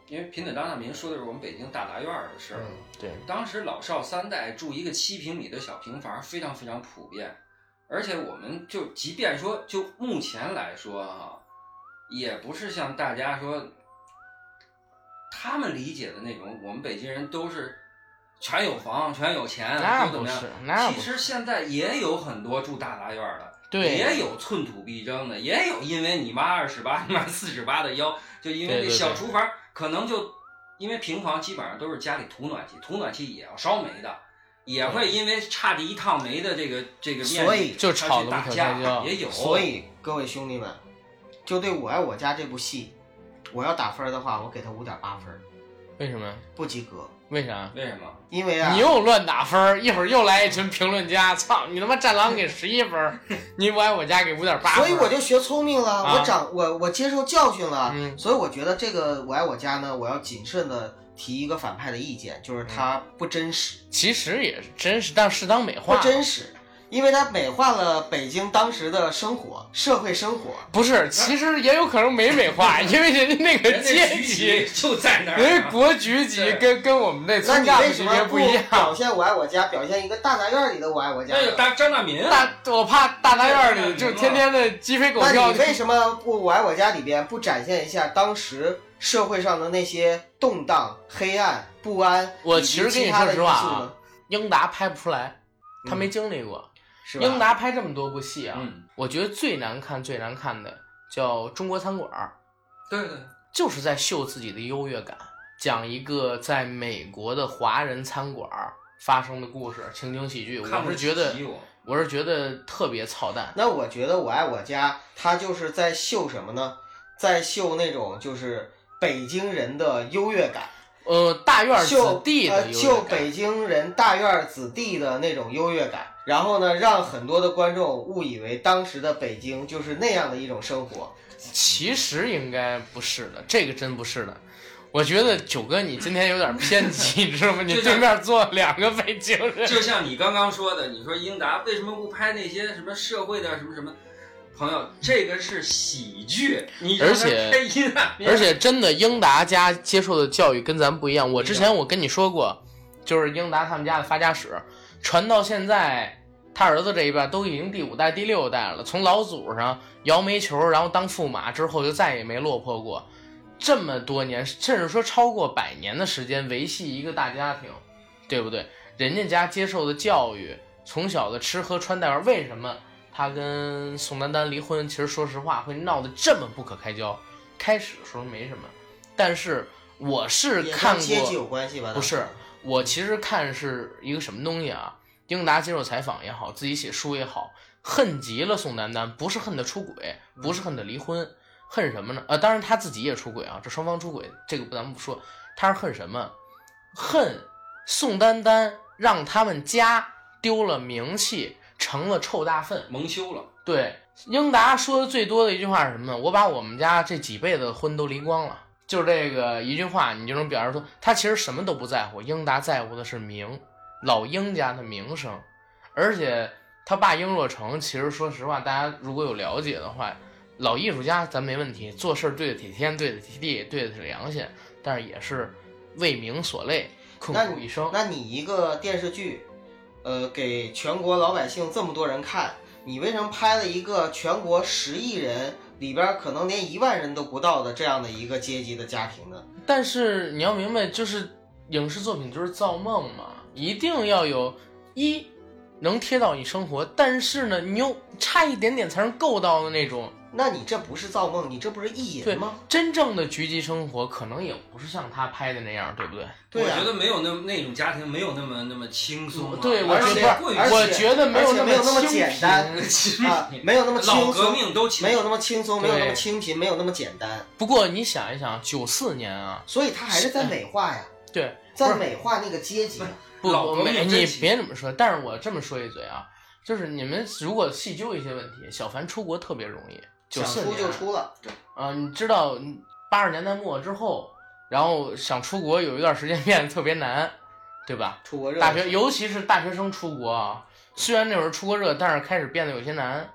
因为平顶张大民说的是我们北京大杂院的事儿。 对， 当时老少三代住一个7平米的小平房，非常非常普遍。而且我们就即便说就目前来说哈，也不是像大家说他们理解的那种，我们北京人都是全有房全有钱， 那不是，那其实现在也有很多住大杂院的， 对， 也有寸土必争的，也有因为你妈28你妈48的腰，就因为这小厨房可能就因为平房基本上都是家里土暖气也要烧煤的。也会因为差这一趟煤的这个面积， 所以就吵得打架也有。 所以各位兄弟们，就对我爱我家这部戏，我要打分的话，我给他5.8分。 为什么？ 不及格。 为啥？ 为什么？ 因为啊， 你又乱打分，一会儿又来一群评论家，操你他妈战狼给11分，你我爱我家给5.8分。 所以我就学聪明了，我接受教训了，所以我觉得这个我爱我家呢，我要谨慎的提一个反派的意见，就是它不真实。 其实也是真实，但适当美化。 不真实，因为它美化了北京当时的生活，社会生活。 不是，其实也有可能没美化，因为人家那个阶级就在那儿， 人家国局级跟我们那村干部级别不一样。 表现我爱我家，表现一个大杂院里的我爱我家。 那有张大民我怕大杂院里就天天的鸡飞狗跳。 那你为什么不我爱我家里边不展现一下当时社会上的那些动荡、黑暗、不安？ 我其实跟你说实话啊，英达拍不出来，他没经历过。英达拍这么多部戏啊，我觉得最难看的叫《中国餐馆》。 对， 就是在秀自己的优越感，讲一个在美国的华人餐馆发生的故事，情景喜剧。我是觉得特别操蛋。 那我觉得我爱我家，他就是在秀什么呢？在秀那种就是北京人的优越感。 大院子弟的优越感， 秀北京人大院子弟的那种优越感，然后呢，让很多的观众误以为当时的北京就是那样的一种生活。 其实应该不是的，这个真不是的。我觉得九哥你今天有点偏激，你知道吗？你对面坐2个北京人， 就像你刚刚说的，你说英达为什么不拍那些什么社会的什么？朋友，这个是喜剧， 而且真的，英达家接受的教育跟咱不一样。我之前我跟你说过，就是英达他们家的发家史，传到现在，他儿子这一辈都已经第5代、第6代了。从老祖上摇煤球，然后当驸马之后，就再也没落魄过。这么多年，甚至说超过100年的时间，维系一个大家庭，对不对？人家家接受的教育，从小的吃喝穿戴，为什么？他跟宋丹丹离婚，其实说实话会闹得这么不可开交。开始的时候没什么，但是我是看过， 阶级有关系吧？ 不是，我其实看是一个什么东西啊？英达接受采访也好，自己写书也好，恨极了宋丹丹，不是恨他出轨，不是恨他离婚，恨什么呢？当然他自己也出轨啊，这双方出轨，这个咱们不说。他是恨什么？恨宋丹丹让他们家丢了名气。成了臭大粪， 蒙羞了。 对，英达说的最多的一句话是什么？我把我们家这几辈子的婚都离光了，就是这个一句话，你就能表示说他其实什么都不在乎。英达在乎的是名，老英家的名声，而且他爸英若诚，其实说实话，大家如果有了解的话，老艺术家咱没问题，做事对得体天，对得体地，对得起良心，但是也是为名所累，困苦一生。 那你一个电视剧。给全国老百姓这么多人看，你为什么拍了一个全国10亿人里边可能连1万人都不到的这样的一个阶级的家庭呢？ 但是你要明白，就是影视作品就是造梦嘛，一定要有能贴到你生活，但是呢，你又差一点点才能够到的那种。 那你这不是造梦，你这不是意淫吗？ 真正的局级生活可能也不是像他拍的那样，对不对？ 对、我觉得没有那种家庭没有那么轻松、 对， 我觉得没有那么简单没有那么轻松， 老革命都没有那么轻松，没有那么清贫，没有那么简单。 不过你想一想，94年啊， 所以他还是在美化呀。 对， 在美化那个阶级。 不，你别这么说。但是我这么说一嘴啊，就是你们如果细究一些问题，小凡出国特别容易。94年想出就出了， 你知道80年代末之后，然后想出国有一段时间变得特别难，对吧？ 出国热， 尤其是大学生出国啊，虽然那会儿出国热，但是开始变得有些难。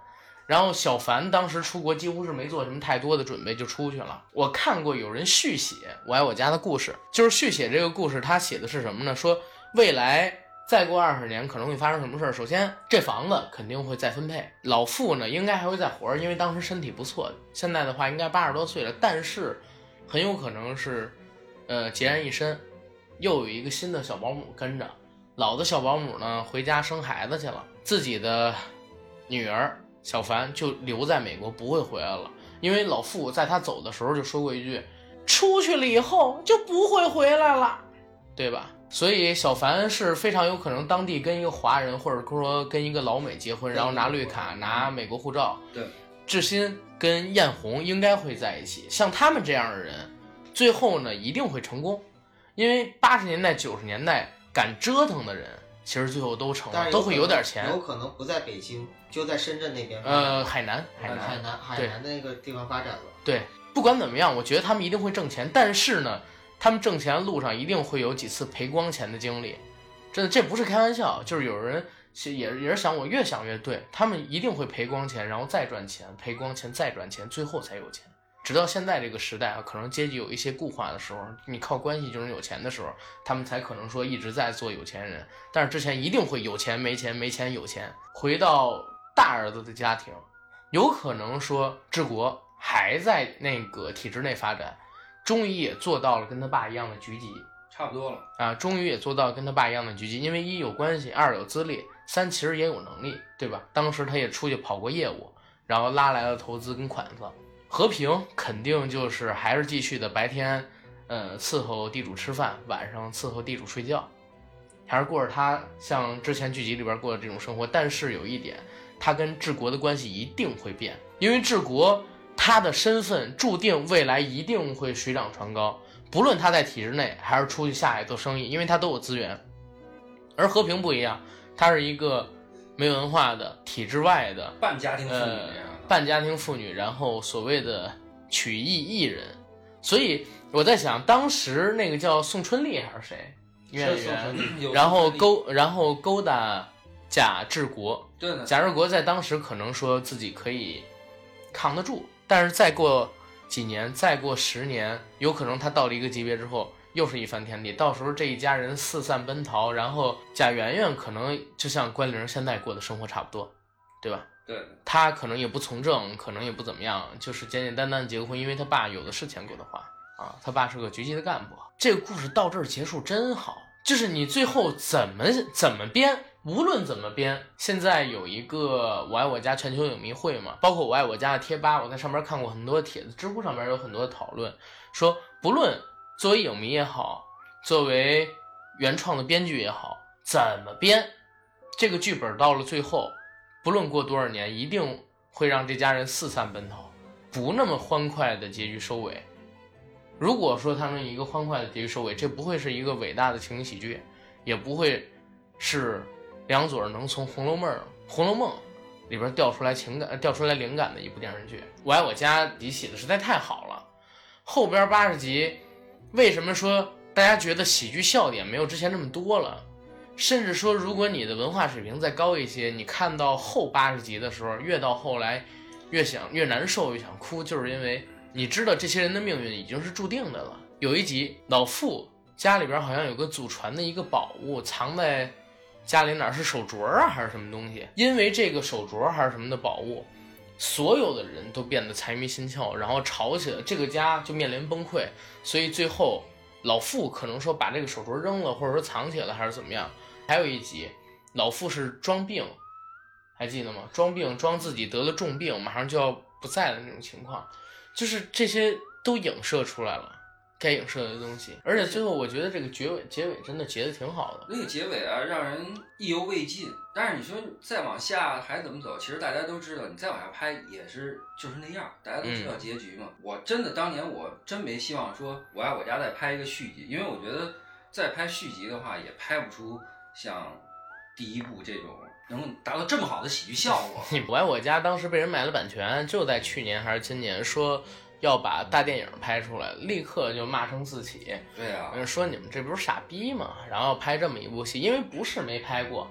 然后小凡当时出国几乎是没做什么太多的准备就出去了。我看过有人续写《我爱我家》的故事，就是续写这个故事，他写的是什么呢？说未来再过20年可能会发生什么事儿？首先，这房子肯定会再分配，老傅呢应该还会再活着，因为当时身体不错，现在的话应该80多岁了，但是很有可能是孑然一身，又有一个新的小保姆跟着，老的小保姆呢回家生孩子去了，自己的女儿小凡就留在美国不会回来了，因为老傅在他走的时候就说过一句，出去了以后就不会回来了，对吧？所以小凡是非常有可能当地跟一个华人或者说跟一个老美结婚，然后拿绿卡拿美国护照。 对， 志新跟艳红应该会在一起，像他们这样的人最后呢一定会成功，因为80年代90年代敢折腾的人其实最后都成了，都会有点钱。 有可能不在北京，就在深圳那边。 海南那个地方发展了。 对，不管怎么样，我觉得他们一定会挣钱，但是呢，他们挣钱的路上一定会有几次赔光钱的经历。真的，这不是开玩笑，就是有人也是想，我越想越对，他们一定会赔光钱，然后再赚钱，赔光钱再赚钱，最后才有钱。直到现在这个时代啊，可能阶级有一些固化的时候，你靠关系就能有钱的时候，他们才可能说一直在做有钱人。但是之前一定会有钱没钱，没钱有钱。回到大儿子的家庭，有可能说治国还在那个体制内发展，终于也做到了跟他爸一样的局级， 差不多了啊，终于也做到跟他爸一样的局级。因为一有关系，二有资历，三其实也有能力，对吧？当时他也出去跑过业务，然后拉来了投资跟款子。和平肯定就是还是继续的白天伺候地主吃饭，晚上伺候地主睡觉，还是过着他像之前剧集里边过的这种生活。但是有一点，他跟治国的关系一定会变，因为治国他的身份注定未来一定会水涨船高，不论他在体制内还是出去下海做生意，因为他都有资源。而和平不一样，他是一个没文化的体制外的半家庭妇女半家庭妇女，然后所谓的曲艺艺人。所以我在想，当时那个叫宋春丽还是谁演员，然后勾搭贾志国， 对的， 贾志国在当时可能说自己可以扛得住，但是再过几年，再过10年，有可能他到了一个级别之后又是一番天地，到时候这一家人四散奔逃，然后贾圆圆可能就像关凌现在过的生活差不多，对吧？ 对， 他可能也不从政，可能也不怎么样，就是简简单单结个婚，因为他爸有的是钱给他花啊，他爸是个局级的干部。这个故事到这儿结束真好，就是你最后怎么编，无论怎么编，现在有一个我爱我家全球影迷会嘛，包括我爱我家的贴吧，我在上面看过很多帖子，知乎上面有很多的讨论，说不论作为影迷也好，作为原创的编剧也好，怎么编这个剧本到了最后，不论过多少年，一定会让这家人四散奔逃，不那么欢快的结局收尾。如果说他们一个欢快的结局收尾，这不会是一个伟大的情景喜剧，也不会是梁左能从《红楼梦》里边调出来灵感的一部电视剧。我爱我家你写的实在太好了，后边80集为什么说大家觉得喜剧笑点没有之前那么多了？甚至说如果你的文化水平再高一些，你看到后80集的时候，越到后来越难受，越想哭，就是因为你知道这些人的命运已经是注定的了。有一集老傅家里边好像有个祖传的一个宝物藏在家里，哪是手镯啊还是什么东西，因为这个手镯还是什么的宝物，所有的人都变得财迷心窍，然后吵起来，这个家就面临崩溃。所以最后老傅可能说把这个手镯扔了，或者说藏起来还是怎么样。还有一集老傅是装病，还记得吗？装病装自己得了重病，马上就要不在的那种情况，就是这些都影射出来了该影射的东西。而且最后我觉得这个结尾真的结得挺好的， 那个结尾啊让人意犹未尽。但是你说再往下还怎么走，其实大家都知道，你再往下拍也是就是那样，大家都知道结局嘛。我真的当年我真没希望说我爱我家再拍一个续集，因为我觉得再拍续集的话也拍不出像第一部这种能达到这么好的喜剧效果。 我爱我家当时被人买了版权，就在去年还是今年，说要把大电影拍出来，立刻就骂声四起。 对啊， 说你们这不是傻逼吗？然后拍这么一部戏，因为不是没拍过，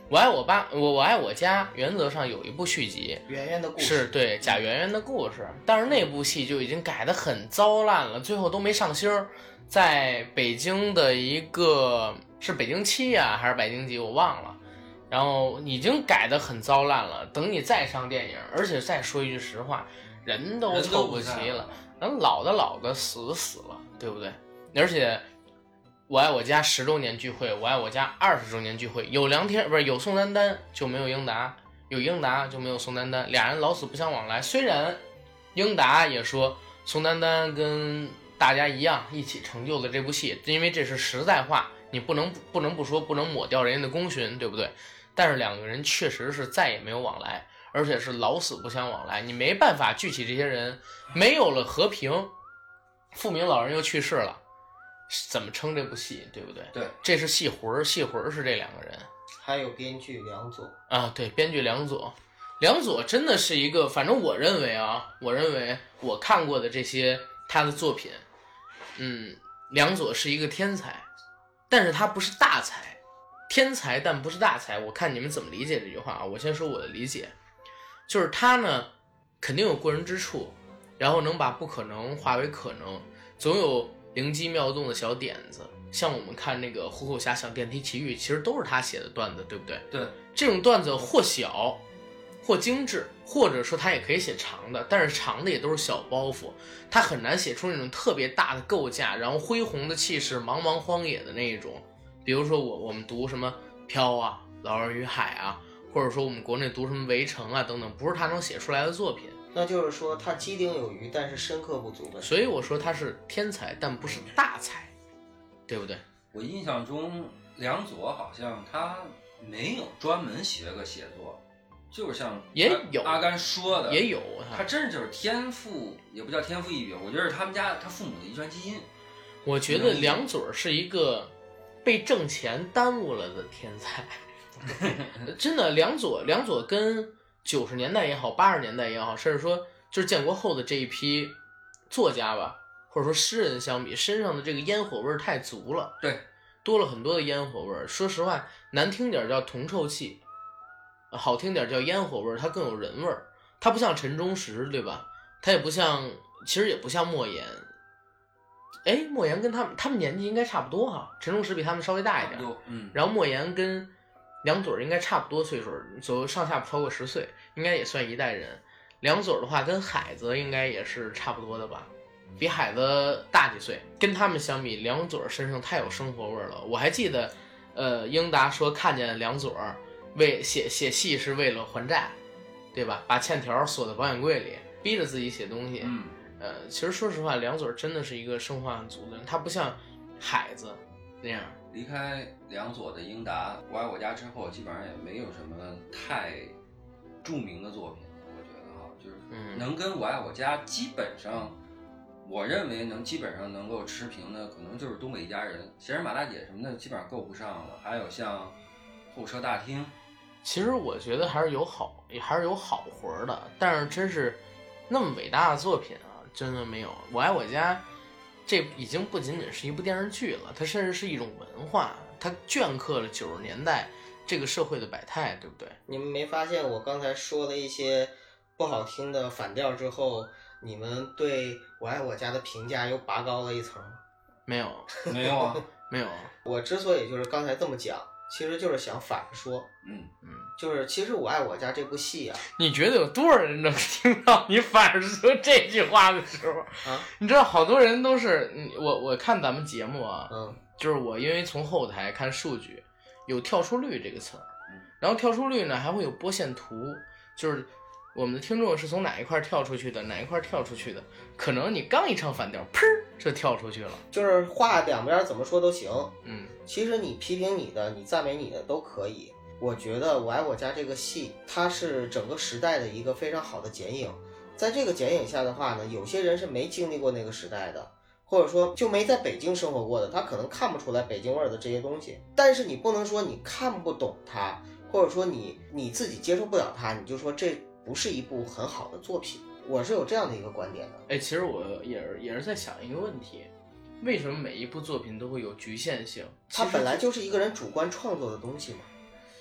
我爱我家原则上有一部续集， 圆圆的故事是对贾圆圆的故事，但是那部戏就已经改得很糟烂了，最后都没上星儿，在北京的一个是北京7啊还是北京几我忘了，然后已经改得很糟烂了。等你再上电影，而且再说一句实话，人都凑不齐了，人老的死了，对不对？而且我爱我家10周年聚会，我爱我家20周年聚会，有梁天不是有宋丹丹就没有英达，有英达就没有宋丹丹，俩人老死不相往来。虽然英达也说宋丹丹跟大家一样一起成就了这部戏，因为这是实在话，你不能不说，不能抹掉人家的功勋，对不对？但是两个人确实是再也没有往来，而且是老死不相往来，你没办法聚起这些人，没有了和平，富明老人又去世了，怎么撑这部戏，对不对？ 对， 这是戏魂是这两个人， 还有编剧梁左啊，对，编剧梁左真的是一个，反正我认为我看过的这些他的作品，梁左是一个天才，但是他不是大才，天才但不是大才。我看你们怎么理解这句话啊？我先说我的理解，就是他呢肯定有过人之处，然后能把不可能化为可能，总有灵机妙动的小点子。像我们看那个《虎口遐想电梯奇遇》，其实都是他写的段子，对不对？ 对， 这种段子或小或精致，或者说他也可以写长的，但是长的也都是小包袱，他很难写出那种特别大的构架，然后恢宏的气势，茫茫荒野的那一种。比如说我们读什么飘啊、老人与海啊，或者说我们国内读什么围城啊等等，不是他能写出来的作品。 那就是说他机灵有余，但是深刻不足的。 所以我说他是天才，但不是大才，对不对？ 我印象中梁左好像他没有专门学个写作，就是像也有阿甘说的， 也有他真就是天赋，也不叫天赋异禀，我觉得是他们家他父母的遗传基因。 我觉得梁左是一个被挣钱耽误了的天才，真的，梁左跟90年代也好，80年代也好，甚至说就是建国后的这一批作家吧，或者说诗人相比，身上的这个烟火味太足了， 对， 多了很多的烟火味。说实话，难听点叫铜臭气，好听点叫烟火味，它更有人味儿。它不像陈忠实，对吧？它也不像，其实也不像莫言。哎，莫言跟他们年纪应该差不多哈，陈忠实比他们稍微大一点，然后莫言跟梁左应该差不多岁数，左右上下不超过10岁，应该也算一代人。梁左的话跟海子应该也是差不多的吧，比海子大几岁。跟他们相比，梁左身上太有生活味了。我还记得，英达说看见梁左为写戏是为了还债，对吧？把欠条锁在保险柜里，逼着自己写东西。其实说实话，梁左真的是一个生活很足的人，他不像海子那样。 离开梁左的英达，我爱我家之后，基本上也没有什么太著名的作品了。我觉得哈，就是能跟我爱我家基本上，我认为基本上能够持平的，可能就是东北一家人、闲人马大姐什么的，基本上够不上了。还有像候车大厅， 其实我觉得还是有好活的，但是真是那么伟大的作品啊，真的没有。我爱我家这已经不仅仅是一部电视剧了，它甚至是一种文化，它镌刻了90年代这个社会的百态，对不对？ 你们没发现我刚才说了一些不好听的反调之后，你们对我爱我家的评价又拔高了一层吗？ 没有啊， 没有。 我之所以就是刚才这么讲，其实就是想反着说，就是其实我爱我家这部戏啊， 你觉得有多少人能听到你反着说这句话的时候啊？你知道好多人都是我看咱们节目啊，就是我因为从后台看数据，有跳出率这个词儿，然后跳出率呢还会有波线图，就是我们的听众是从哪一块跳出去的，哪一块跳出去的，可能你刚一唱反调，砰就跳出去了。 就是话两边怎么说都行，其实你批评你的，你赞美你的都可以。我觉得我爱我家这个戏，它是整个时代的一个非常好的剪影。在这个剪影下的话呢，有些人是没经历过那个时代的，或者说就没在北京生活过的，他可能看不出来北京味儿的这些东西。但是你不能说你看不懂它，或者说你自己接受不了它，你就说这不是一部很好的作品。我是有这样的一个观点的。 哎，其实我也是在想一个问题，为什么每一部作品都会有局限性？ 它本来就是一个人主观创作的东西嘛。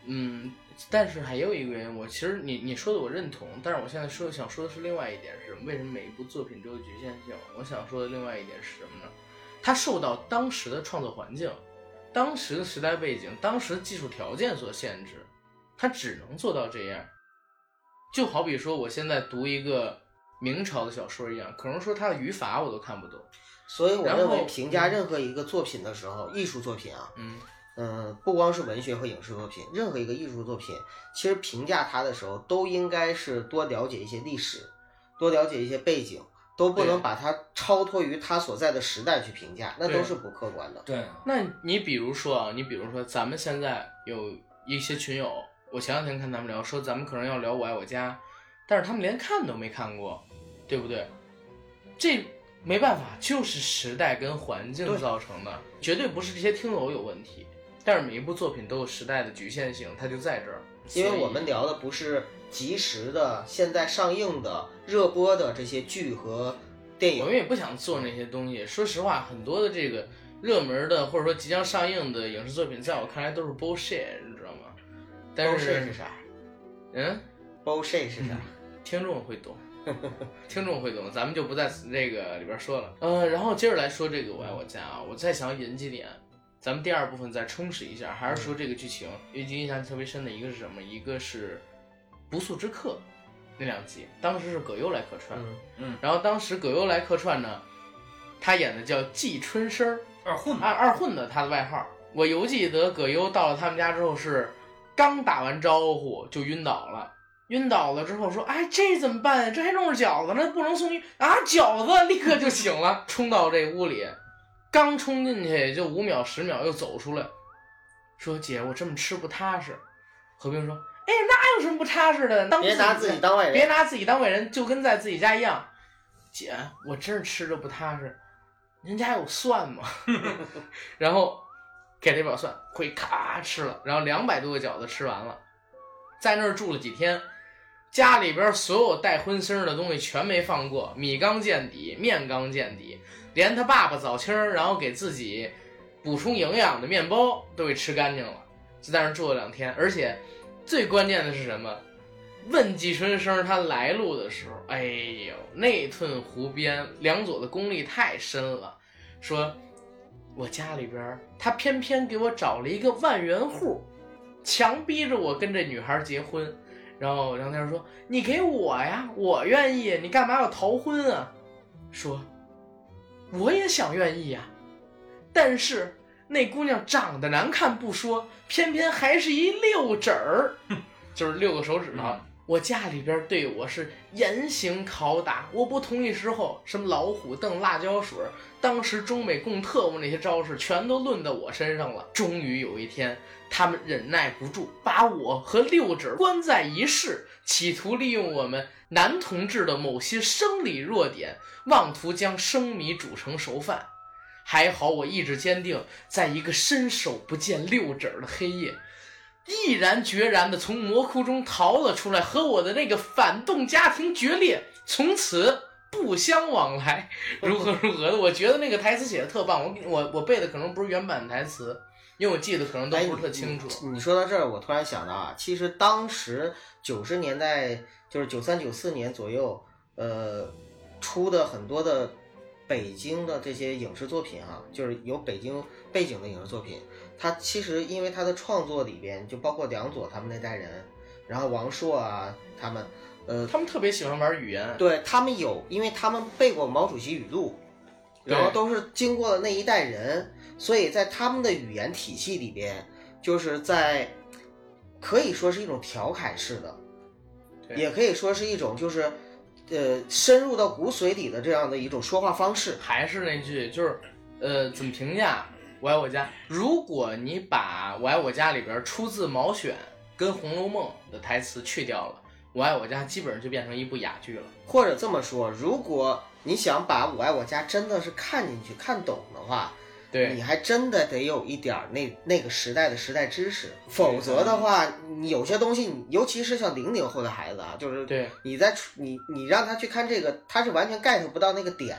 但是还有一个原因，其实你说的我认同，但是我现在想说的是另外一点是为什么每一部作品都有局限性。我想说的另外一点是什么呢？它受到当时的创作环境、当时的时代背景、当时的技术条件所限制，它只能做到这样。就好比说我现在读一个明朝的小说一样，可能说它的语法我都看不懂。 所以我认为评价任何一个作品的时候，艺术作品啊，不光是文学和影视作品，任何一个艺术作品，其实评价它的时候都应该是多了解一些历史，多了解一些背景，都不能把它超脱于它所在的时代去评价，那都是不客观的。 对，那你比如说咱们现在有一些群友，我前两天看他们聊，说咱们可能要聊《我爱我家》，但是他们连看都没看过，对不对？这没办法，就是时代跟环境造成的，绝对不是这些听友有问题。但是每一部作品都有时代的局限性，它就在这儿。 因为我们聊的不是即时的、现在上映的、热播的这些剧和电影， 我们也不想做那些东西。说实话，很多的这个热门的或者说即将上映的影视作品，在我看来都是 bullshit， 你知道吗？但是 bullshit 是啥？bullshit 是啥？ 听众会懂。听众会懂，咱们就不在这个里边说了。然后接着来说这个《我爱我家》啊，我再想引几点，咱们第二部分再充实一下，还是说这个剧情。印象特别深的一个是什么？一个是《不速之客》那2集，当时是葛优来客串，然后当时葛优来客串呢，他演的叫季春生，二混的他的外号。我犹记得葛优到了他们家之后是刚打完招呼就晕倒了。晕倒了之后说，哎，这怎么办呀？这还弄着饺子呢，不能送医啊！饺子立刻就醒了，冲到这屋里，刚冲进去就5秒10秒又走出来，说姐，我这么吃不踏实。何冰说，哎，哪有什么不踏实的？ 别拿自己当外人， 别拿自己当外人，就跟在自己家一样。姐，我真是吃着不踏实，您家有蒜吗？然后给了一把蒜，回咔吃了，然后200多个饺子吃完了，在那儿住了几天。家里边所有带荤腥的东西全没放过，米缸见底，面缸见底，连他爸爸早清然后给自己补充营养的面包都给吃干净了，就在那儿住了2天。而且最关键的是什么？问季春生他来路的时候，哎呦，内吞湖边，梁左的功力太深了，说我家里边他偏偏给我找了一个万元户，强逼着我跟这女孩结婚。然后梁天说，你给我呀，我愿意，你干嘛要逃婚啊？说我也想愿意呀，但是那姑娘长得难看不说，偏偏还是一6指儿，就是6个手指头。我家里边对我是严刑拷打，我不同意时候，什么老虎凳、辣椒水，当时中美共特务那些招式全都论到我身上了。终于有一天，他们忍耐不住，把我和6指关在一室，企图利用我们男同志的某些生理弱点，妄图将生米煮成熟饭。还好我意志坚定，在一个伸手不见6指的黑夜，毅然决然地从魔窟中逃了出来，和我的那个反动家庭决裂，从此不相往来，如何的。我觉得那个台词写的特棒，我背的可能不是原版台词，因为我记得可能都不是特清楚。 你说到这儿，我突然想到啊，其实当时90年代就是93、94年左右，出的很多的北京的这些影视作品啊，就是有北京背景的影视作品，它其实因为它的创作里边就包括梁左他们那代人，然后王朔啊他们特别喜欢玩语言， 对，他们有，因为他们背过毛主席语录，然后都是经过了那一代人，所以在他们的语言体系里边，就是在可以说是一种调侃式的，也可以说是一种就是深入到骨髓里的这样的一种说话方式。 还是那句，就是怎么评价我爱我家？如果你把我爱我家里边出自毛选跟红楼梦的台词去掉了，我爱我家基本上就变成一部哑剧了。 或者这么说，如果你想把我爱我家真的是看进去看懂的话， 对， 你还真的得有一点那个时代的时代知识，否则的话，你有些东西，尤其是像00后的孩子啊，就是对你让他去看这个，他是完全 get 不到那个点的。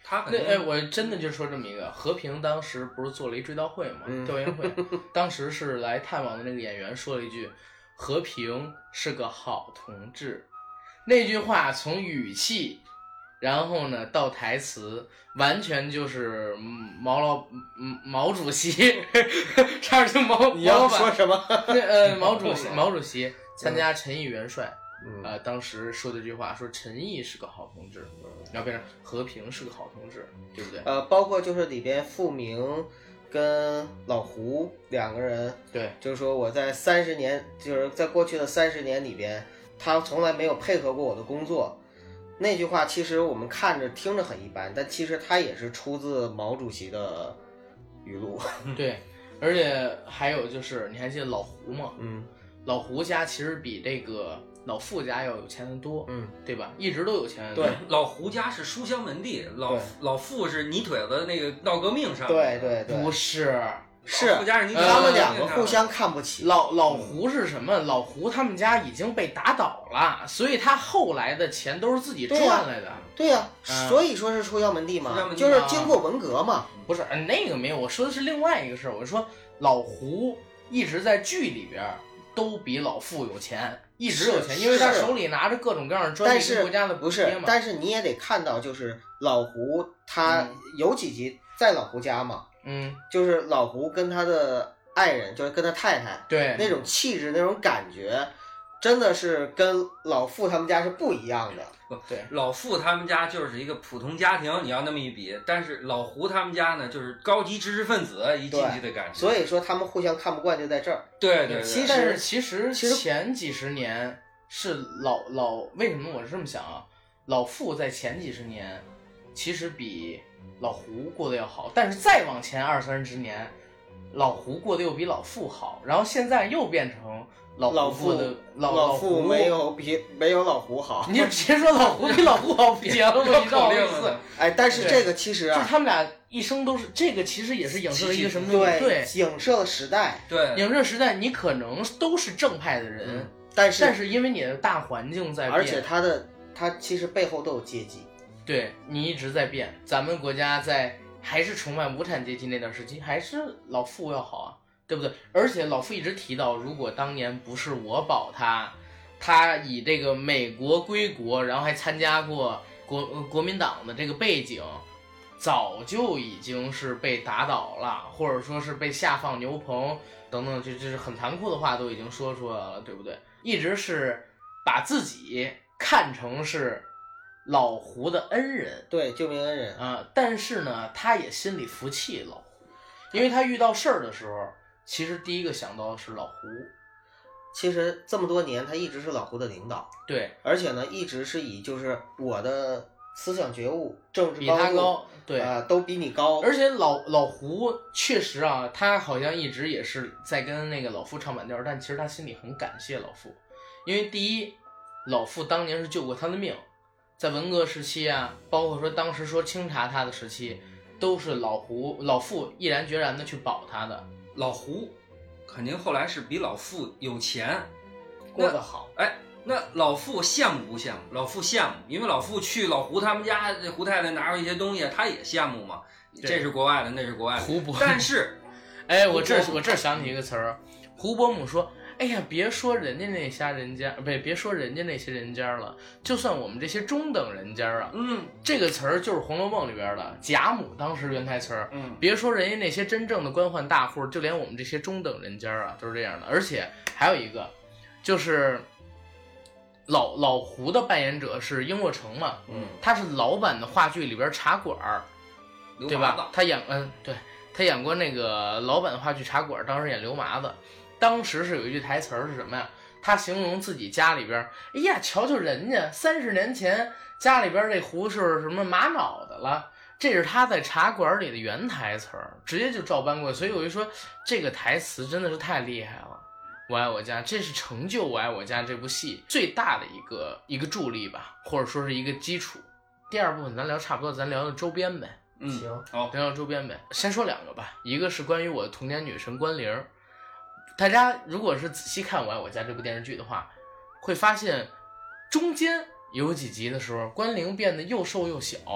我真的就说这么一个，和平当时不是做了一追悼会嘛，调研会，当时是来探望的那个演员说了一句和平是个好同志，那句话从语气然后呢到台词完全就是毛主席差点就毛你要说什么毛主席参加陈毅元帅当时说的这句话，说陈毅是个好同志，然后变成和平是个好同志，对不对？ 包括就是里边傅明跟老胡两个人， 对， 就是说我在30年，就是在过去的30年里边，他从来没有配合过我的工作。那句话其实我们看着听着很一般，但其实他也是出自毛主席的语录。 对，而且还有就是你还记得老胡吗？老胡家其实比这个老傅家要有钱的多，对吧？一直都有钱的多。 对，老胡家是书香门第，老傅是泥腿子那个闹革命上。 对， 不是， 他们两个互相看不起。 老胡是什么？老胡他们家已经被打倒了，所以他后来的钱都是自己赚来的。 对呀，所以说是书香门第嘛，就是经过文革嘛。 不是那个没有，我说的是另外一个事儿。我说老胡一直在剧里边都比老傅有钱，一直有钱，因为他手里拿着各种各样的专利跟国家的补贴嘛。 但是你也得看到，就是老胡他有几集在老胡家嘛，就是老胡跟他的爱人，就是跟他太太， 对那种气质那种感觉，真的是跟老傅他们家是不一样的。 对， 老傅他们家就是一个普通家庭，你要那么一比，但是老胡他们家呢，就是高级知识分子一进去的感觉。 所以说他们互相看不惯就在这儿。 对， 其实前几十年是老为什么我是这么想啊？老傅在前几十年其实比老胡过得要好，但是再往前20-30年，老胡过得又比老傅好，然后现在又变成老傅没有老胡好。 你就直接说老胡比老胡好不行吗？你知道我意思？ 哎，但是这个其实就是他们俩一生都是这个，其实也是影射了一个什么？ 对，影射了时代。 对， 影射时代，你可能都是正派的人，但是因为你的大环境在变， 而且他其实背后都有阶级。 对，你一直在变。咱们国家还是崇拜无产阶级那段时期，还是老傅要好啊。对不对？而且老傅一直提到，如果当年不是我保他以这个美国归国，然后还参加过国民党的这个背景，早就已经是被打倒了，或者说是被下放牛棚等等，就是很残酷的话都已经说出来了，对不对？一直是把自己看成是老胡的恩人， 对，救命恩人啊。但是呢，他也心里服气老胡，因为他遇到事儿的时候。其实第一个想到的是老胡， 其实这么多年他一直是老胡的领导， 对， 而且呢一直是以就是我的思想觉悟、政治比他高，对都比你高。 而且老胡确实啊，他好像一直也是在跟那个老傅唱反调，但其实他心里很感谢老傅，因为第一，老傅当年是救过他的命，在文革时期啊，包括说当时说清查他的时期，都是老傅毅然决然的去保他的。 老胡肯定后来是比老傅有钱， 过得好。 哎，那老傅羡慕不羡慕？老傅羡慕，因为老傅去老胡他们家，这胡太太拿出一些东西，他也羡慕嘛。这是国外的，那是国外的。 胡伯， 但是， 哎，我这想起一个词儿，胡伯母说。哎呀，别说人家那些人家，别说人家那些人家了，就算我们这些中等人家啊，这个词儿就是《红楼梦》里边的贾母当时原台词儿，别说人家那些真正的官宦大户，就连我们这些中等人家啊，都是这样的。而且还有一个，就是老胡的扮演者是英若诚嘛，他是老版的话剧里边茶馆儿，对吧？他演过那个老版的话剧茶馆，当时演刘麻子。当时是有一句台词是什么呀？他形容自己家里边，哎呀，瞧瞧人家30年前家里边这胡是什么玛瑙的了，这是他在茶馆里的原台词，直接就照搬过去。所以我就说，这个台词真的是太厉害了。我爱我家，这是成就我爱我家这部戏最大的一个助力吧，或者说是一个基础。第二部分咱聊差不多，咱聊聊周边呗。 行， 好，聊聊周边呗。先说2个吧，一个是关于我的童年女神关凌。大家如果是仔细看《我爱我家》这部电视剧的话，会发现中间有几集的时候，关凌变得又瘦又小，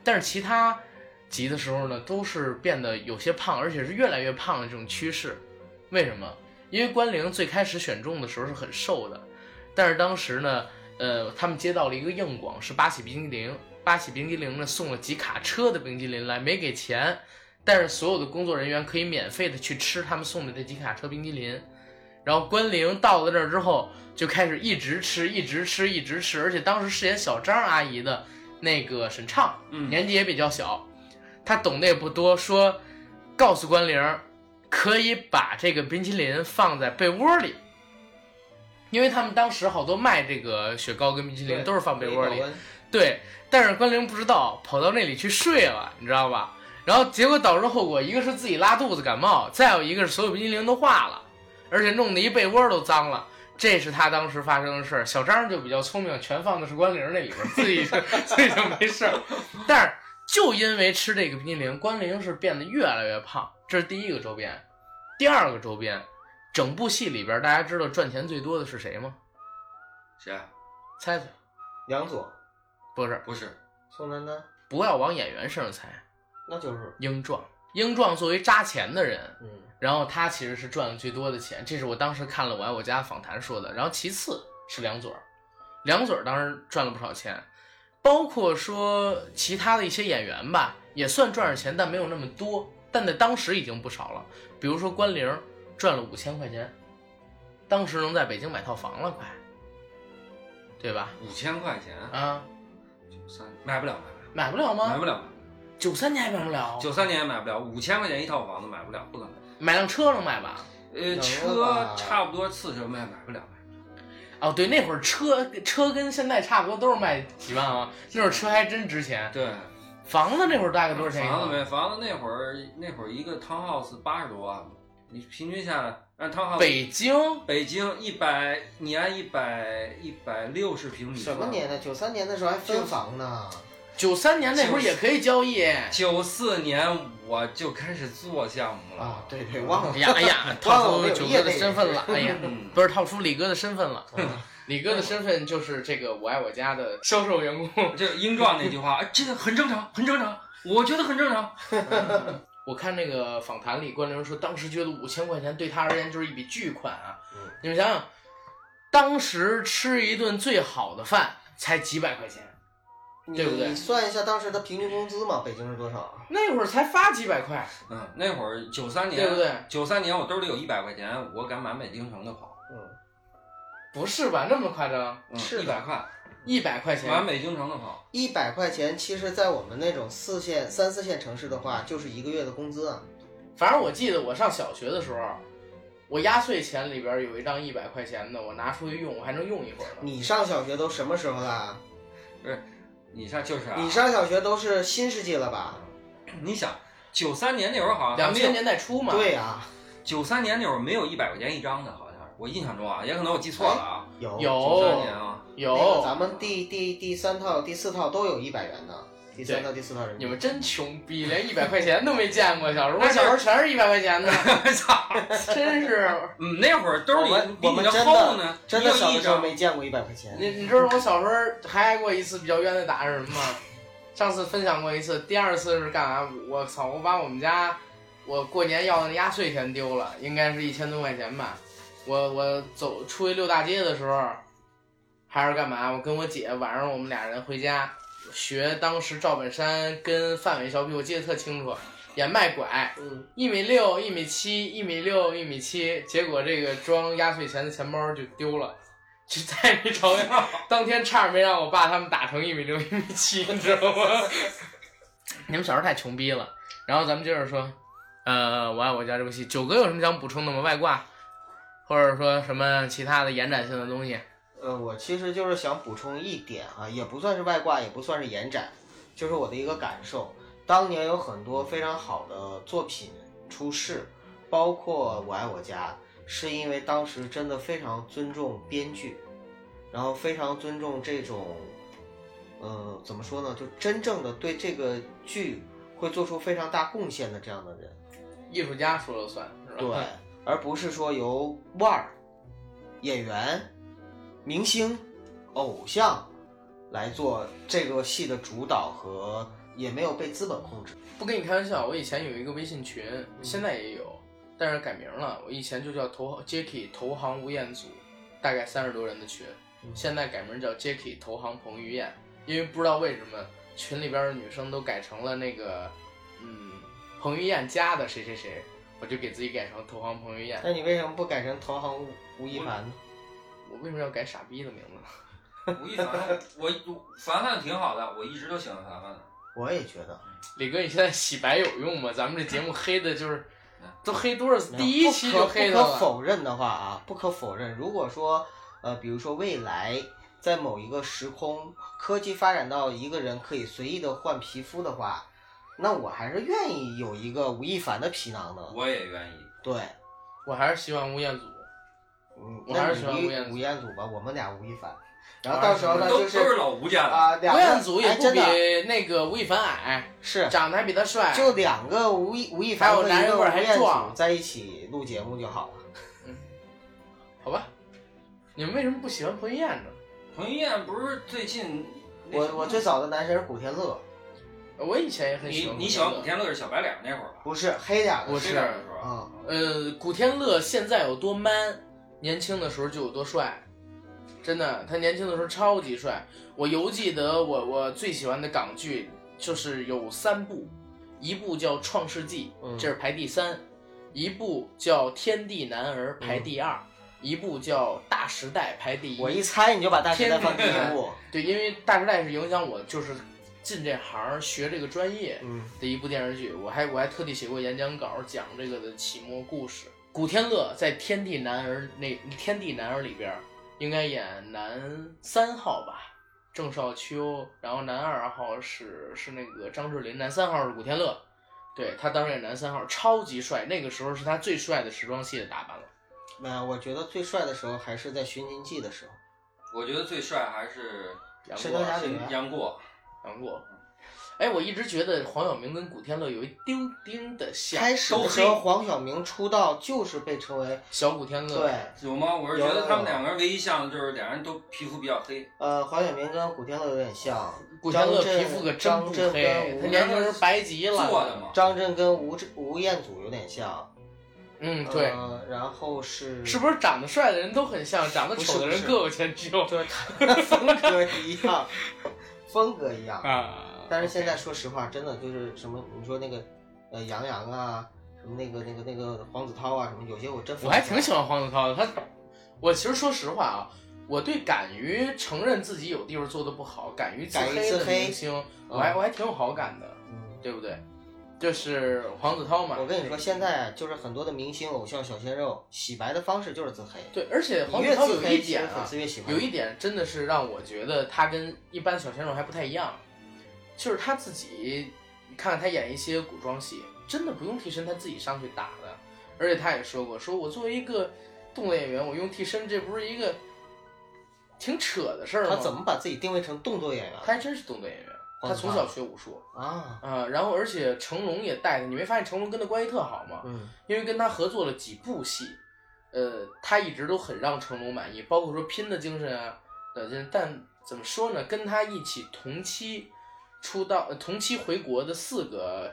但是其他集的时候呢，都是变得有些胖，而且是越来越胖的这种趋势。为什么？因为关凌最开始选中的时候是很瘦的，但是当时呢，他们接到了一个硬广，是八喜冰激凌。八喜冰激凌呢送了几卡车的冰激凌来，没给钱，但是所有的工作人员可以免费的去吃他们送的这几卡车冰激凌。然后关凌到了这儿之后，就开始一直吃，而且当时饰演小张阿姨的那个沈畅，年纪也比较小，他懂得也不多，说告诉关凌可以把这个冰淇淋放在被窝里，因为他们当时好多卖这个雪糕跟冰淇淋都是放被窝里，对，但是关凌不知道，跑到那里去睡了，你知道吧？然后结果导致后果，一个是自己拉肚子感冒，再有一个是所有冰淇淋都化了，而且弄得一被窝都脏了。这是他当时发生的事儿。小张就比较聪明，全放的是关凌那里边，自己就没事儿。但是就因为吃这个冰淇淋，关凌是变得越来越胖，这是第一个周边。第二个周边，整部戏里边大家知道赚钱最多的是谁吗？ 谁？ 猜猜。 梁左。 不是。 宋丹丹。 不要往演员身上猜， 那就是英壮。英壮作为扎钱的人，然后他其实是赚了最多的钱，这是我当时看了《我爱我家》访谈说的。然后其次是梁左，梁左当时赚了不少钱，包括说其他的一些演员吧，也算赚着钱，但没有那么多，但在当时已经不少了。比如说关凌赚了5000块钱，当时能在北京买套房了，快，对吧 ？5000块钱啊 ，93买不了吗？ 买不了。93年还买不了 ，93年也买不了，5000块钱一套房子买不了，不可能。 买辆车能买吧？ 车差不多次车买不了。 哦，对，那会儿车跟现在差不多，都是卖几万啊。那会儿车还真值钱。 对， 房子那会儿大概多少钱？ 房子那会儿一个 townhouse 80多万，你平均下来按 townhouse。北京100，你按160平米。 什么年代？93年的时候还分房呢。 93年那会儿也可以交易。 94年我就开始做项目了。 对，忘了。 哎呀，套出九哥的身份了。哎呀，不是套出李哥的身份了。李哥的身份就是这个我爱我家的销售员工。 这英壮那句话，这个很正常，我觉得很正常。 我看那个访谈里，关凌说当时觉得5000块钱对他而言就是一笔巨款啊。你们想想，当时吃一顿最好的饭才几百块钱。对不对？ 你算一下当时的平均工资嘛，北京是多少？ 那会儿才发几百块。 那会儿93年， 对不对 ？93年我兜里有100块钱，我敢满北京城的跑。 不是吧？那么夸张？ 是 100块 ，100块钱满北京城的跑。 100块钱，其实在我们那种3、4线城市的话，就是1个月的工资啊。 反正我记得我上小学的时候，我压岁钱里边有一张100块钱的，我拿出去用，我还能用一会儿呢。 你上小学都什么时候了？ 不是。你上小学都是新世纪了吧？ 你想93年那会儿好像 2000年代初嘛。 对呀 ，93年那会儿没有100块钱一张的，好像我印象中啊，也可能我记错了啊。 有 93年啊， 有。 那个咱们第3套、第4套都有100元的，第3套、第4套人民币。 你们真穷逼，连100块钱都没见过。小时候我小时候全是100块钱的，操，真是。 那会儿兜里比你的厚呢， 真的小时候没见过100块钱。 你知道我小时候还挨过一次比较冤的打是什么吗？上次分享过一次，第二次是干嘛？我操！我把我们家我过年要的压岁钱丢了，应该是1000多块钱吧。我出去溜大街的时候，还是干嘛？我跟我姐晚上我们俩人回家学当时赵本山跟范伟小品，我记得特清楚，演卖拐，1.6米、1.7米、1.6米、1.7米，结果这个装压岁钱的钱包就丢了。就再也没找见，当天差点没让我爸他们打成1.6米、1.7米，你知道吗？你们小时候太穷逼了。然后咱们接着说，我爱我家这部戏，九哥有什么想补充的吗？外挂，或者说什么其他的延展性的东西？ 我其实就是想补充一点啊，也不算是外挂，也不算是延展，就是我的一个感受。当年有很多非常好的作品出世，包括我爱我家。是因为当时真的非常尊重编剧，然后非常尊重这种，怎么说呢？就真正的对这个剧会做出非常大贡献的这样的人， 艺术家说了算，是吧？ 对，而不是说由腕儿、演员、明星、偶像来做这个戏的主导和也没有被资本控制。 不跟你开玩笑，我以前有一个微信群，现在也有，但是改名了。我以前就叫Jacky 投行吴彦祖，大概30多人的群，现在改名叫 Jacky 投行彭于晏，因为不知道为什么群里边的女生都改成了那个彭于晏家的谁谁谁，我就给自己改成投行彭于晏。 那你为什么不改成投行吴亦凡呢？ 我为什么要改傻逼的名字呢？吴亦凡，凡凡挺好的，我一直都喜欢凡凡的。 我也觉得， 李哥，你现在洗白有用吗？咱们这节目黑的就是都黑多少次？第一期就黑了。 不可否认的话啊，不可否认，如果说比如说未来在某一个时空，科技发展到一个人可以随意的换皮肤的话，那我还是愿意有一个吴亦凡的皮囊的。 我也愿意。 对， 我还是希望吴彦祖。我还是喜欢吴彦祖吧，我们俩吴亦凡。然后到时候呢， 都是老吴家的啊。 吴彦祖也不比那个吴亦凡矮， 是长得还比他帅。 就2个吴亦凡和一个吴彦祖在一起录节目就好了。 好吧。你们为什么不喜欢彭于晏呢？ 彭于晏不是最近我最早的男神是古天乐。 我以前也很喜欢。 你喜欢古天乐是小白脸那会儿吧？ 不是黑脸的。 不是啊。 古天乐现在有多 man， 年轻的时候就有多帅。真的，他年轻的时候超级帅。我犹记得我最喜欢的港剧就是有3部，一部叫《创世纪》，这是排第3；一部叫《天地男儿》排第2；一部叫《大时代》排第1。 我一猜你就把《大时代》放第1部。 对，因为《大时代》是影响我就是进这行学这个专业的一部电视剧。我还特地写过演讲稿讲这个的起末故事。古天乐在《天地男儿》里边。应该演男3号吧，郑少秋，然后男2号是那个张智霖，男3号是古天乐，对，他当时演男3号，超级帅，那个时候是他最帅的时装系的打扮了。 没有，我觉得最帅的时候还是在《寻秦记》的时候。 我觉得最帅还是杨过。 哎，我一直觉得黄晓明跟古天乐有一丁丁的像。 开始的时候，黄晓明出道就是被称为小古天乐。 对， 有吗？我是觉得他们2个人唯一像的就是2人都皮肤比较黑。 黄晓明跟古天乐有点像。 古天乐皮肤可真不黑，他年轻时白极了。 做的嘛。 张震跟吴彦祖有点像。 对。 然后是不是长得帅的人都很像，长得丑的人各有千秋？ 对，风格一样，风格一样啊。但是现在说实话，真的就是什么，你说那个杨洋啊，什么那个黄子韬啊，什么有些我还挺喜欢黄子韬的。我其实说实话啊，我对敢于承认自己有地方做的不好，敢于自黑的明星，我还挺有好感的，对不对？就是黄子韬嘛。 我跟你说，现在就是很多的明星、偶像、小鲜肉洗白的方式就是自黑。 对，而且黄子韬有一点啊，有一点真的是让我觉得他跟一般小鲜肉还不太一样。就是他自己，你看看他演一些古装戏，真的不用替身，他自己上去打的。而且他也说过，说我作为一个动作演员，我用替身，这不是一个挺扯的事儿吗？ 他怎么把自己定位成动作演员？ 他还真是动作演员，他从小学武术然后而且成龙也带他，你没发现成龙跟他关系特好吗？因为跟他合作了几部戏，他一直都很让成龙满意，包括说拼的精神啊但怎么说呢？跟他一起同期出道、同期回国的4个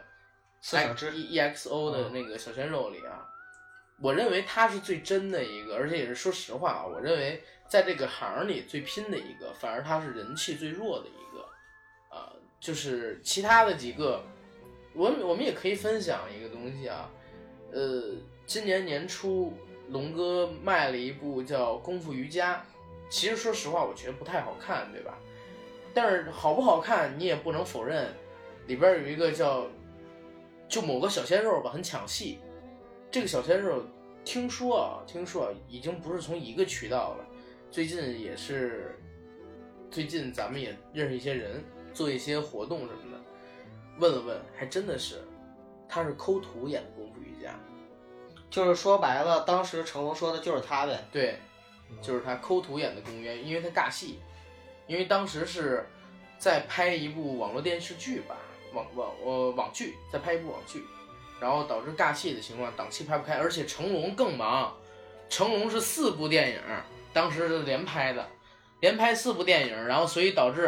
EXO 的那个小鲜肉里啊，我认为他是最真的一个，而且也是说实话啊，我认为在这个行里最拼的一个，反而他是人气最弱的一个，就是其他的几个，我们也可以分享一个东西啊，今年年初龙哥卖了一部叫《功夫瑜伽》，其实说实话，我觉得不太好看，对吧？但是好不好看，你也不能否认，里边有一个就某个小鲜肉吧，很抢戏。这个小鲜肉听说已经不是从一个渠道了，最近咱们也认识一些人，做一些活动什么的，问了问，还真的是，他是抠图演的功夫瑜伽。 就是说白了，当时成龙说的就是他呗。 对，就是他抠图演的功夫瑜伽，因为他尬戏。因为当时是在拍一部网络电视剧吧，网剧，在拍一部网剧，然后导致尬戏的情况，档期排不开，而且成龙更忙，成龙是4部电影，当时是连拍4部电影，然后所以导致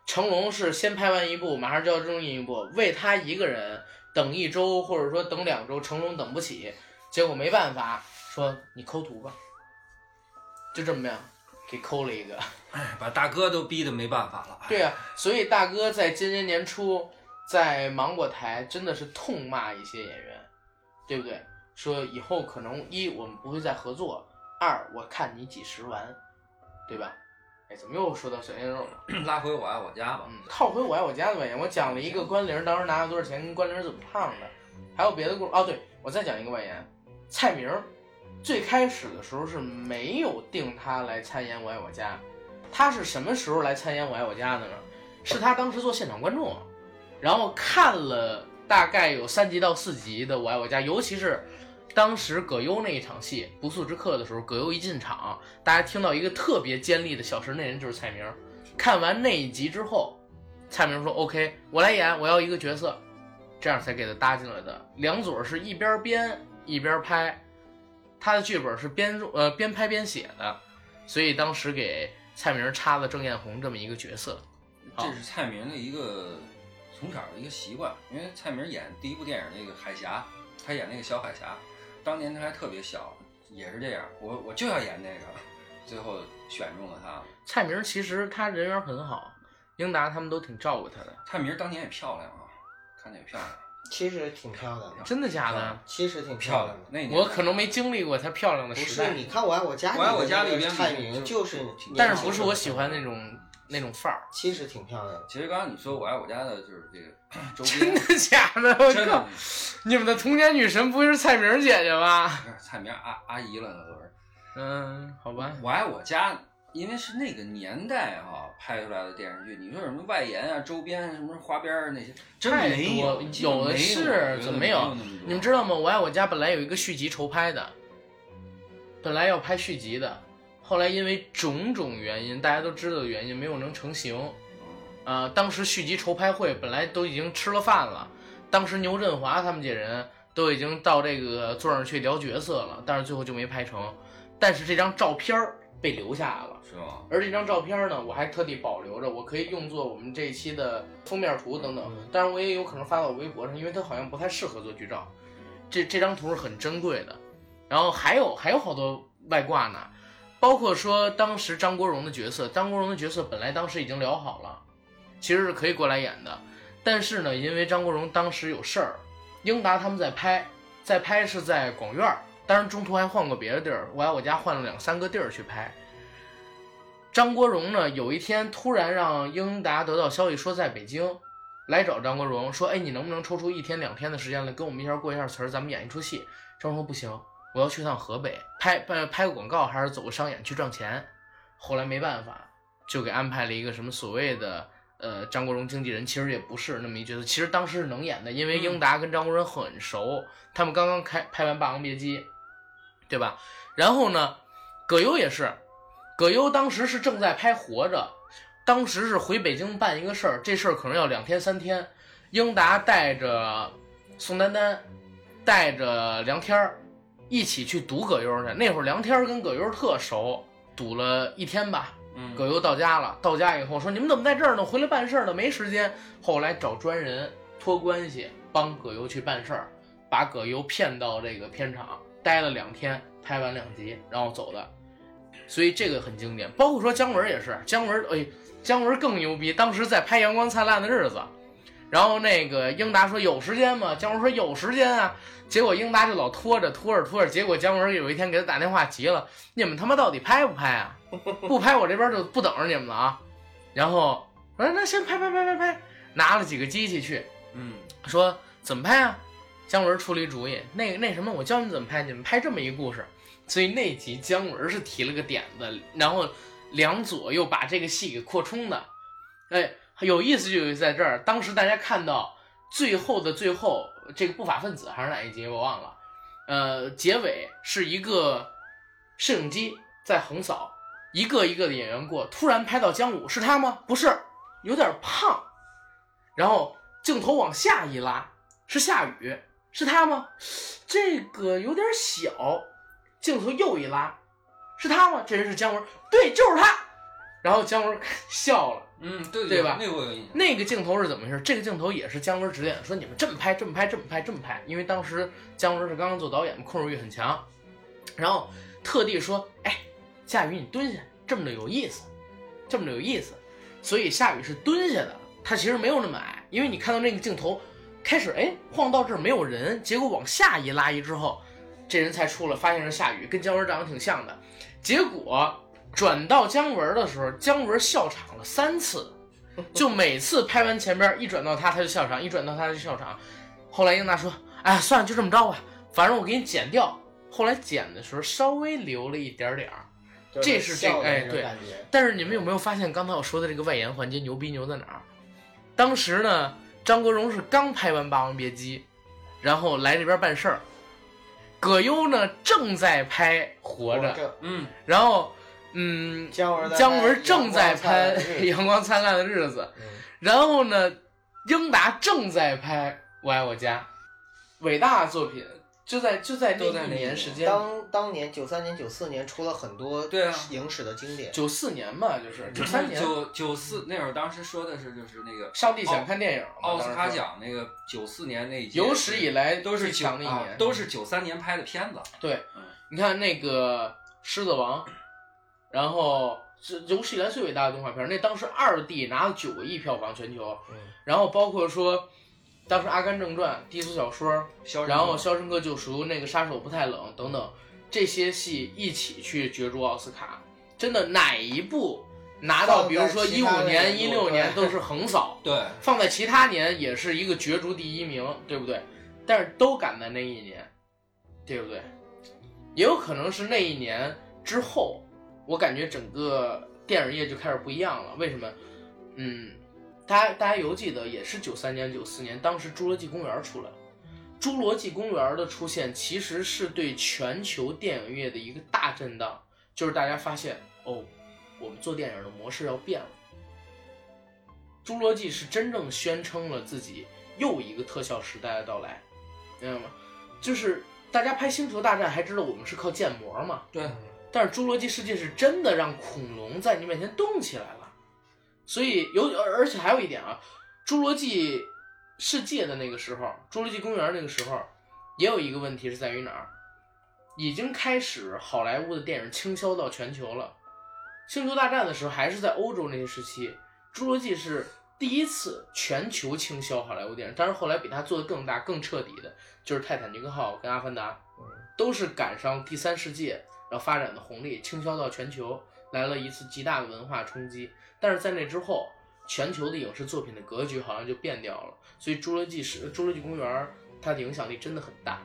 成龙是先拍完一部马上就要中映一部，为他一个人等1周或者说等2周，成龙等不起，结果没办法说你抠图吧，就这么样给抠了一个， 把大哥都逼得没办法了。 对啊，所以大哥在今年年初在芒果台真的是痛骂一些演员，对不对？说以后可能1我们不会再合作，2我看你几时完，对吧？哎，怎么又说到小鲜肉了？ 拉回我爱我家吧， 套回我爱我家的吧。我讲了一个关凌当时拿了多少钱，跟关凌怎么唱的，还有别的故事。哦，对，我再讲一个外延。蔡明最开始的时候是没有定他来参演我爱我家，他是什么时候来参演我爱我家的呢？是他当时做现场观众，然后看了大概有3集到4集的我爱我家，尤其是当时葛优那一场戏不速之客的时候，葛优一进场，大家听到一个特别尖利的小声，那人就是蔡明。看完那一集之后，蔡明说 OK 我来演，我要一个角色，这样才给他搭进来的。梁左是一边编一边拍，他的剧本是边拍边写的，所以当时给蔡明插了郑艳红这么一个角色。 这是蔡明的一个从小的一个习惯，因为蔡明演第1部电影那个海峡，他演那个小海峡，当年他还特别小，也是这样，我就要演那个，最后选中了他。 蔡明其实他人缘很好，英达他们都挺照顾他的。 蔡明当年也漂亮啊，看着也漂亮， 其实挺漂亮的。 真的假的？ 其实挺漂亮的。 那我可能没经历过他漂亮的时代。 不是，你看我爱我家， 我爱我家里边蔡明就是， 但是不是我喜欢那种范儿。 其实挺漂亮的。 其实刚刚你说我爱我家的就是这个周真边， 的假的？我靠！你们的童年女神不会是蔡明姐姐吧？ 蔡明阿姨了，那都是。 好吧。 我爱我家，因为是那个年代拍出来的电视剧，你说什么外延啊、周边什么花边那些，真没有， 有的是，怎么没有？你们知道吗？我爱我家本来有一个续集筹拍的，本来要拍续集的，后来因为种种原因，大家都知道的原因，没有能成型。当时续集筹拍会本来都已经吃了饭了，当时牛振华他们这人都已经到这个座上去聊角色了，但是最后就没拍成。但是这张照片被留下来了， 是吗？ 而这张照片呢，我还特地保留着，我可以用作我们这一期的封面图等等。当然，我也有可能发到微博上，因为它好像不太适合做剧照。这张图是很珍贵的。然后还有好多外挂呢，包括说当时张国荣的角色，本来当时已经聊好了，其实是可以过来演的，但是呢，因为张国荣当时有事儿，英达他们在拍是在广院。当然中途还换过别的地儿，我爱我家换了2-3个地儿去拍。张国荣呢，有一天突然让英达得到消息说在北京，来找张国荣说，哎，你能不能抽出1天2天的时间来跟我们一下过一下词儿，咱们演一出戏。张国荣说不行，我要去趟河北拍个广告，还是走个商演去赚钱。后来没办法，就给安排了一个什么所谓的张国荣经纪人，其实也不是那么一角色，其实当时是能演的，因为英达跟张国荣很熟，他们刚刚拍完《霸王别姬》，对吧？然后呢，葛优也是，葛优当时是正在拍《活着》，当时是回北京办一个事儿，这事儿可能要2天3天，英达带着宋丹丹，带着梁天儿一起去堵葛优去。那会儿梁天儿跟葛优特熟，堵了1天吧。葛优到家了，到家以后说你们怎么在这儿呢？回来办事呢，没时间。后来找专人托关系帮葛优去办事儿，把葛优骗到这个片场，待了2天，拍完2集，然后走的。所以这个很经典。包括说姜文也是，姜文更牛逼，当时在拍《阳光灿烂的日子》，然后那个英达说有时间吗？姜文说有时间啊。结果英达就老拖着，结果姜文有一天给他打电话急了，你们他妈到底拍不拍啊？不拍我这边就不等着你们了啊。然后那先拍，拿了几个机器去，说怎么拍啊？姜文出了一主意，那什么，我教你怎么拍，你们拍这么一故事。所以那集姜文是提了个点子，然后梁左又把这个戏给扩充的。有意思就有意思在这儿，当时大家看到最后的最后，这个不法分子还是哪一集我忘了，结尾是一个摄影机在横扫，一个一个的演员过，突然拍到姜武，是他吗？不是，有点胖，然后镜头往下一拉，是夏雨，是他吗？这个有点小，镜头又一拉，是他吗？这人是姜文，对，就是他。然后姜文笑了， 对吧？ 那个我有印象。 那个镜头是怎么回事？这个镜头也是姜文指点说你们这么拍，这么拍，这么拍，这么拍。因为当时姜文是刚刚做导演，控制欲很强，然后特地说，哎，夏雨你蹲下，这么的有意思，这么的有意思。所以夏雨是蹲下的，他其实没有那么矮，因为你看到那个镜头开始晃到这儿没有人，结果往下一拉之后，这人才出了，发现是夏雨，跟姜文长得挺像的。结果转到姜文的时候，姜文笑场了3次，就每次拍完前边一转到他就笑场，一转到他就笑场。后来英达说，哎，算了，就这么着吧，反正我给你剪掉。后来剪的时候稍微留了一点点，这是这个对。但是你们有没有发现刚才我说的这个外延环节牛逼牛在哪儿？当时呢，张国荣是刚拍完《霸王别姬》，然后来这边办事儿，葛优呢正在拍《活着》，然后姜文正在拍《阳光灿烂的日子》，然后呢，英达正在拍《我爱我家》，伟大的作品。就在那一年时间， 当年93年、94年出了很多影史的经典。 94年嘛，就是93年。 94那会儿，当时说的是就是那个上帝想看电影， 奥斯卡奖那个94年那一届， 有史以来都是强的一年， 都是93年拍的片子。 对，你看那个《狮子王》，然后是有史以来最伟大的动画片，那当时2D 拿了9个亿票房全球，然后包括说。当时《阿甘正传》低俗小说，然后《肖申克救赎》那个杀手不太冷等等，这些戏一起去角逐奥斯卡，真的哪一部拿到，比如说15年、16年都是横扫， 对， 放在其他年也是一个角逐第1名，对不对？但是都赶在那一年，对不对？也有可能是那一年之后，我感觉整个电影业就开始不一样了。为什么？大家犹记得，也是93年、94年，当时《侏罗纪公园》出来了。《侏罗纪公园》的出现，其实是对全球电影业的一个大震荡，就是大家发现，我们做电影的模式要变了。侏罗纪是真正宣称了自己又一个特效时代的到来，明白吗？就是大家拍《星球大战》还知道我们是靠建模嘛， 对， 但是《侏罗纪世界》是真的让恐龙在你面前动起来了。所以而且还有一点啊，侏罗纪世界的那个时候，侏罗纪公园那个时候，也有一个问题是在于哪儿？已经开始好莱坞的电影倾销到全球了。星球大战的时候还是在欧洲那些时期，侏罗纪是第一次全球倾销好莱坞电影，但是后来比它做得更大更彻底的就是泰坦尼克号跟阿凡达，都是赶上第3世界然后发展的红利，倾销到全球，来了一次极大的文化冲击。但是在那之后，全球的影视作品的格局好像就变掉了，所以侏罗纪公园它的影响力真的很大，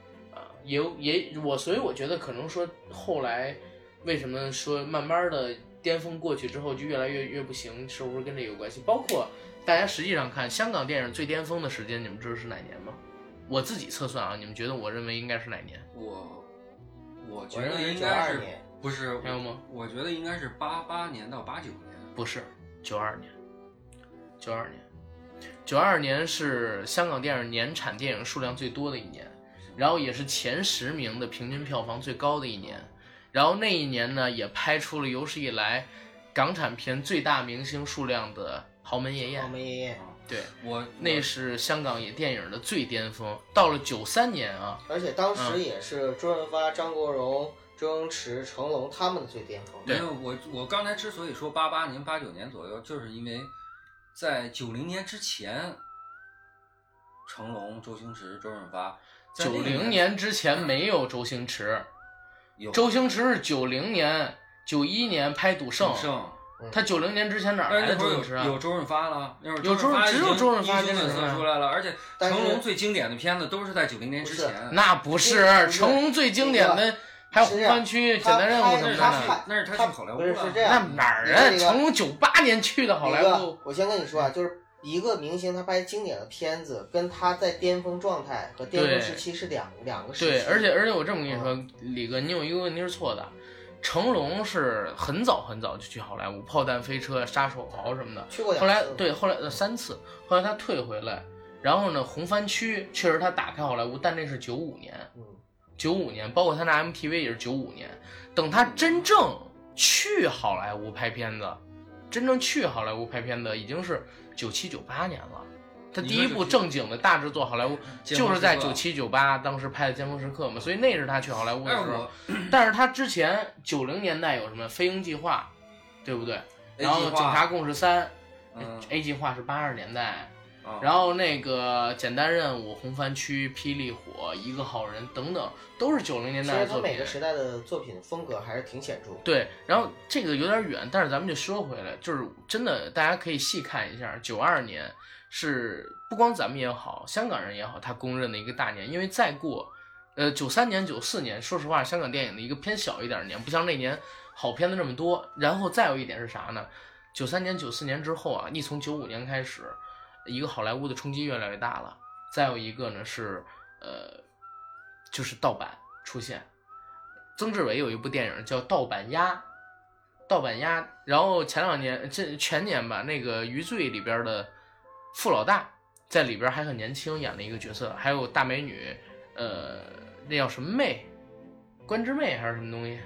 所以我觉得可能说后来为什么说慢慢的巅峰过去之后就越来越不行，是不是跟这有关系？包括大家实际上看香港电影最巅峰的时间，你们知道是哪年吗？我自己测算啊，你们觉得我认为应该是哪年？ 我觉得应该是不是？ 还有吗？ 我觉得应该是88年到89年。 不是，92年。92年是香港电影年产电影数量最多的一年，然后也是前10名的平均票房最高的一年。然后那一年呢，也拍出了有史以来港产片最大明星数量的《豪门夜宴》。对，那是香港电影的最巅峰。到了93年啊， 而且当时也是周润发、张国荣、周星驰、成龙他们的最巅峰。 没有，我刚才之所以说88年、89年左右，就是因为在90年之前，成龙、周星驰、周润发。 90年之前没有周星驰，周星驰是90年、91年拍《赌圣》。他90年之前哪来的周星驰啊？ 有周润发了，那会儿只有周润发英雄本色出来了，而且成龙最经典的片子都是在90年之前。 那不是成龙最经典的，还有《红番区》《简单任务》什么的。 那是他去好莱坞了。 是这样， 那哪儿啊？成龙98年去的好莱坞。 我先跟你说啊，就是一个明星他拍经典的片子，跟他在巅峰状态和巅峰时期是两个时期。 对，而且我这么跟你说，李哥，你有一个问题是错的。成龙是很早就去好莱坞，炮弹飞车、杀手豪什么的， 去过2次。 后来3次，后来他退回来，然后呢，红番区确实他打开好莱坞，但那是95年，95年，包括他拿 MTV 也是95年。等他真正去好莱坞拍片子， 真正去好莱坞拍片的已经是97、98年了。他第一部正经的大制作好莱坞就是在97、98当时拍的《尖峰时刻》嘛，所以那是他去好莱坞的时候。但是他之前90年代有什么《飞鹰计划》，对不对？然后《警察故事3》，A 计划是80年代。然后那个简单任务、红番区、霹雳火、一个好人等等，都是90年代的作品。 其实他每个时代的作品风格还是挺显著。 对，然后这个有点远，但是咱们就说回来，就是真的大家可以细看一下，92年是不光咱们也好，香港人也好，他公认的一个大年，因为再过93年、94年，说实话，香港电影的一个偏小一点的年，不像那年好片子这么多。然后再有一点是啥呢？93年、94年之后啊，你从95年开始。一个好莱坞的冲击越来越大了，再有一个呢是就是盗版出现。曾志伟有一部电影叫《盗版鸭》，然后前2年前年吧，那个《余罪》里边的傅老大在里边还很年轻演了一个角色，还有大美女那叫什么妹，关之妹还是什么东西？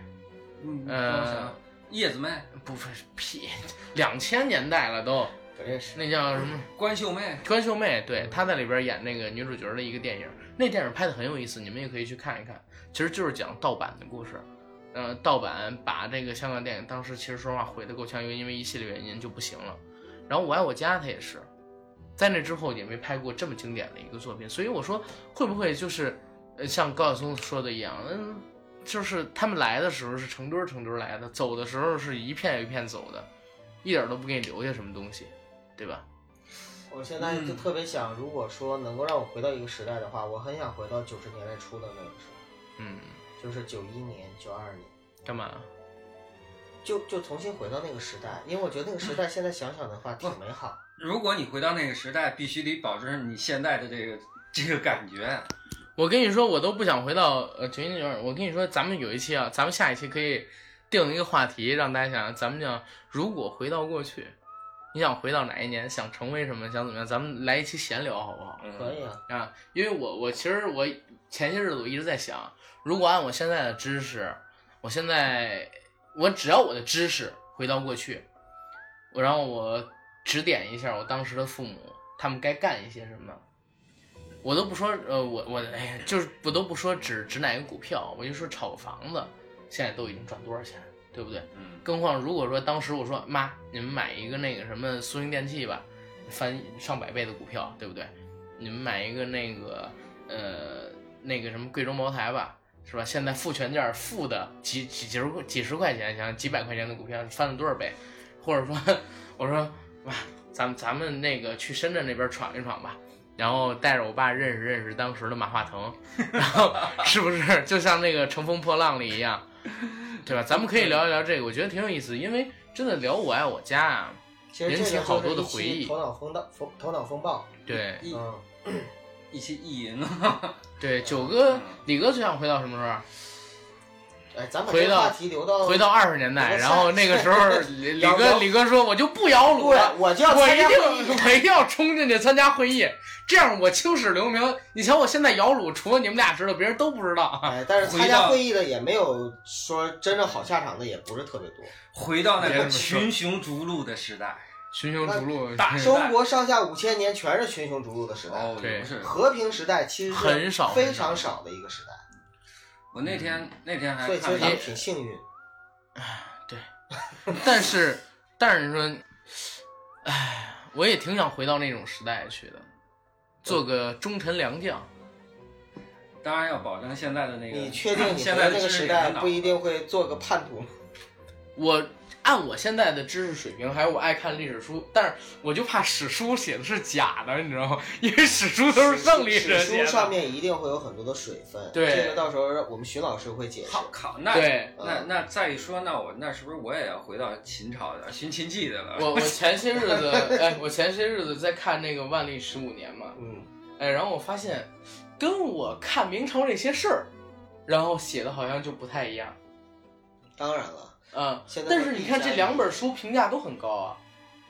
叶子妹？ 不是屁，2000年代了都。那叫什么？ 关秀妹。 对，她在里边演那个女主角的一个电影，那电影拍的很有意思，你们也可以去看一看。其实就是讲盗版的故事，盗版把这个香港电影当时其实说实话毁得够呛，因为一系列原因就不行了。然后我爱我家他也是，在那之后也没拍过这么经典的一个作品，所以我说会不会就是像高晓松说的一样，就是他们来的时候是成堆来的，走的时候是一片一片走的，一点都不给你留下什么东西。对吧？ 我现在就特别想，如果说能够让我回到一个时代的话，我很想回到90年代初的那个时候。就是91年、92年。 干嘛？ 就重新回到那个时代，因为我觉得那个时代现在想想的话挺美好。 如果你回到那个时代，必须得保证你现在的这个感觉。 我跟你说，我都不想回到91年、92年。我跟你说，咱们有一期啊，咱们下一期可以定一个话题，让大家想，咱们讲如果回到过去。你想回到哪一年？想成为什么？想怎么样？咱们来一期闲聊好不好？ 可以啊！因为我其实我前些日子我一直在想，如果按我现在的知识，我只要我的知识回到过去，然后我指点一下我当时的父母，他们该干一些什么。我都不说就是我都不说指哪个股票，我就说炒个房子，现在都已经赚多少钱，对不对？更何况如果说当时我说妈，你们买一个那个什么苏宁电器吧，翻上百倍的股票，对不对？你们买一个那个那个什么贵州茅台吧，是吧？现在复权价负的几十块钱，想几百块钱的股票翻了多少倍？或者说我说哇，咱们那个去深圳那边闯一闯吧，然后带着我爸认识当时的马化腾，然后是不是就像那个乘风破浪里一样？对吧？咱们可以聊一聊这个，我觉得挺有意思，因为真的聊我爱我家啊，引起好多的回忆。 头脑风暴。 对， 一期意淫啊。 对，九哥、李哥最想回到什么时候？ 咱把这个话题留到回到20年代，然后那个时候李哥说我就不摇橹了， 我就要参加会议， 我一定要冲进去参加会议，这样我青史留名。你瞧我现在摇橹，除了你们俩知道，别人都不知道。 但是参加会议的也没有说真正好下场的，也不是特别多。 回到那个群雄逐鹿的时代， 群雄逐鹿， 中国上下5000年全是群雄逐鹿的时代。 对， 和平时代其实是很少， 非常少的一个时代。 我那天还所以其实咱们挺幸运， 对，但是说，我也挺想回到那种时代去的，做个忠臣良将。 当然要保证现在的那个。你确定你回到那个时代不一定会做个叛徒吗？ 我按我现在的知识水平，还有我爱看历史书，但是我就怕史书写的是假的，你知道吗？因为史书都是胜利者写的， 史书上面一定会有很多的水分。 对， 这个到时候我们徐老师会解释。 好， 那再一说，那是不是我也要回到秦朝的寻秦记的了？ 我前些日子在看那个万历15年嘛，然后我发现跟我看明朝这些事儿，然后写的好像就不太一样。 当然了。 但是你看这2本书评价都很高啊，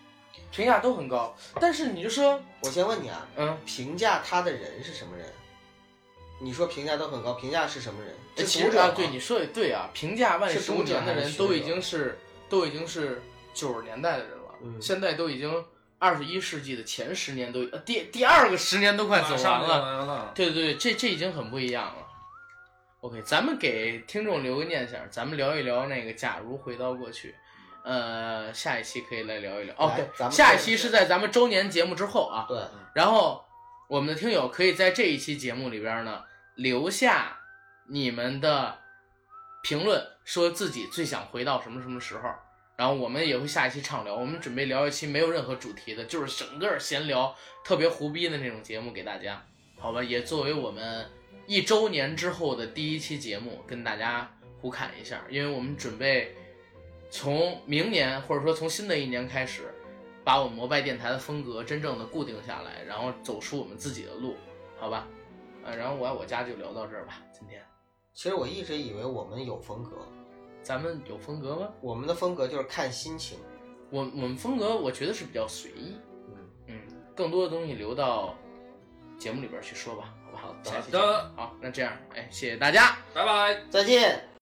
但是你就说， 我先问你啊，评价他的人是什么人？你说评价都很高，评价是什么人？ 其实啊，对你说的对啊，评价万历15年的人都已经是90年代的人了， 现在都已经21世纪的前10年都第二个10年都快走完了。对对对，这已经很不一样了。OK， 咱们给听众留个念想，咱们聊一聊那个假如回到过去。下一期可以来聊一聊。哦，对，下一期是在咱们周年节目之后啊。 对。 然后我们的听友可以在这一期节目里边呢留下你们的评论，说自己最想回到什么什么时候。然后我们也会下一期畅聊，我们准备聊一期没有任何主题的，就是整个闲聊，特别胡逼的那种节目给大家，好吧？也作为我们1周年之后的第一期节目，跟大家胡侃一下，因为我们准备从明年或者说从新的一年开始，把我们摩拜电台的风格真正的固定下来，然后走出我们自己的路，好吧？然后我家就聊到这儿吧，今天。 其实我一直以为我们有风格。 咱们有风格吗？ 我们的风格就是看心情。 我们风格我觉得是比较随意。更多的东西留到节目里边去说吧，好不好？下期见。好，那这样，谢谢大家， 拜拜， 再见。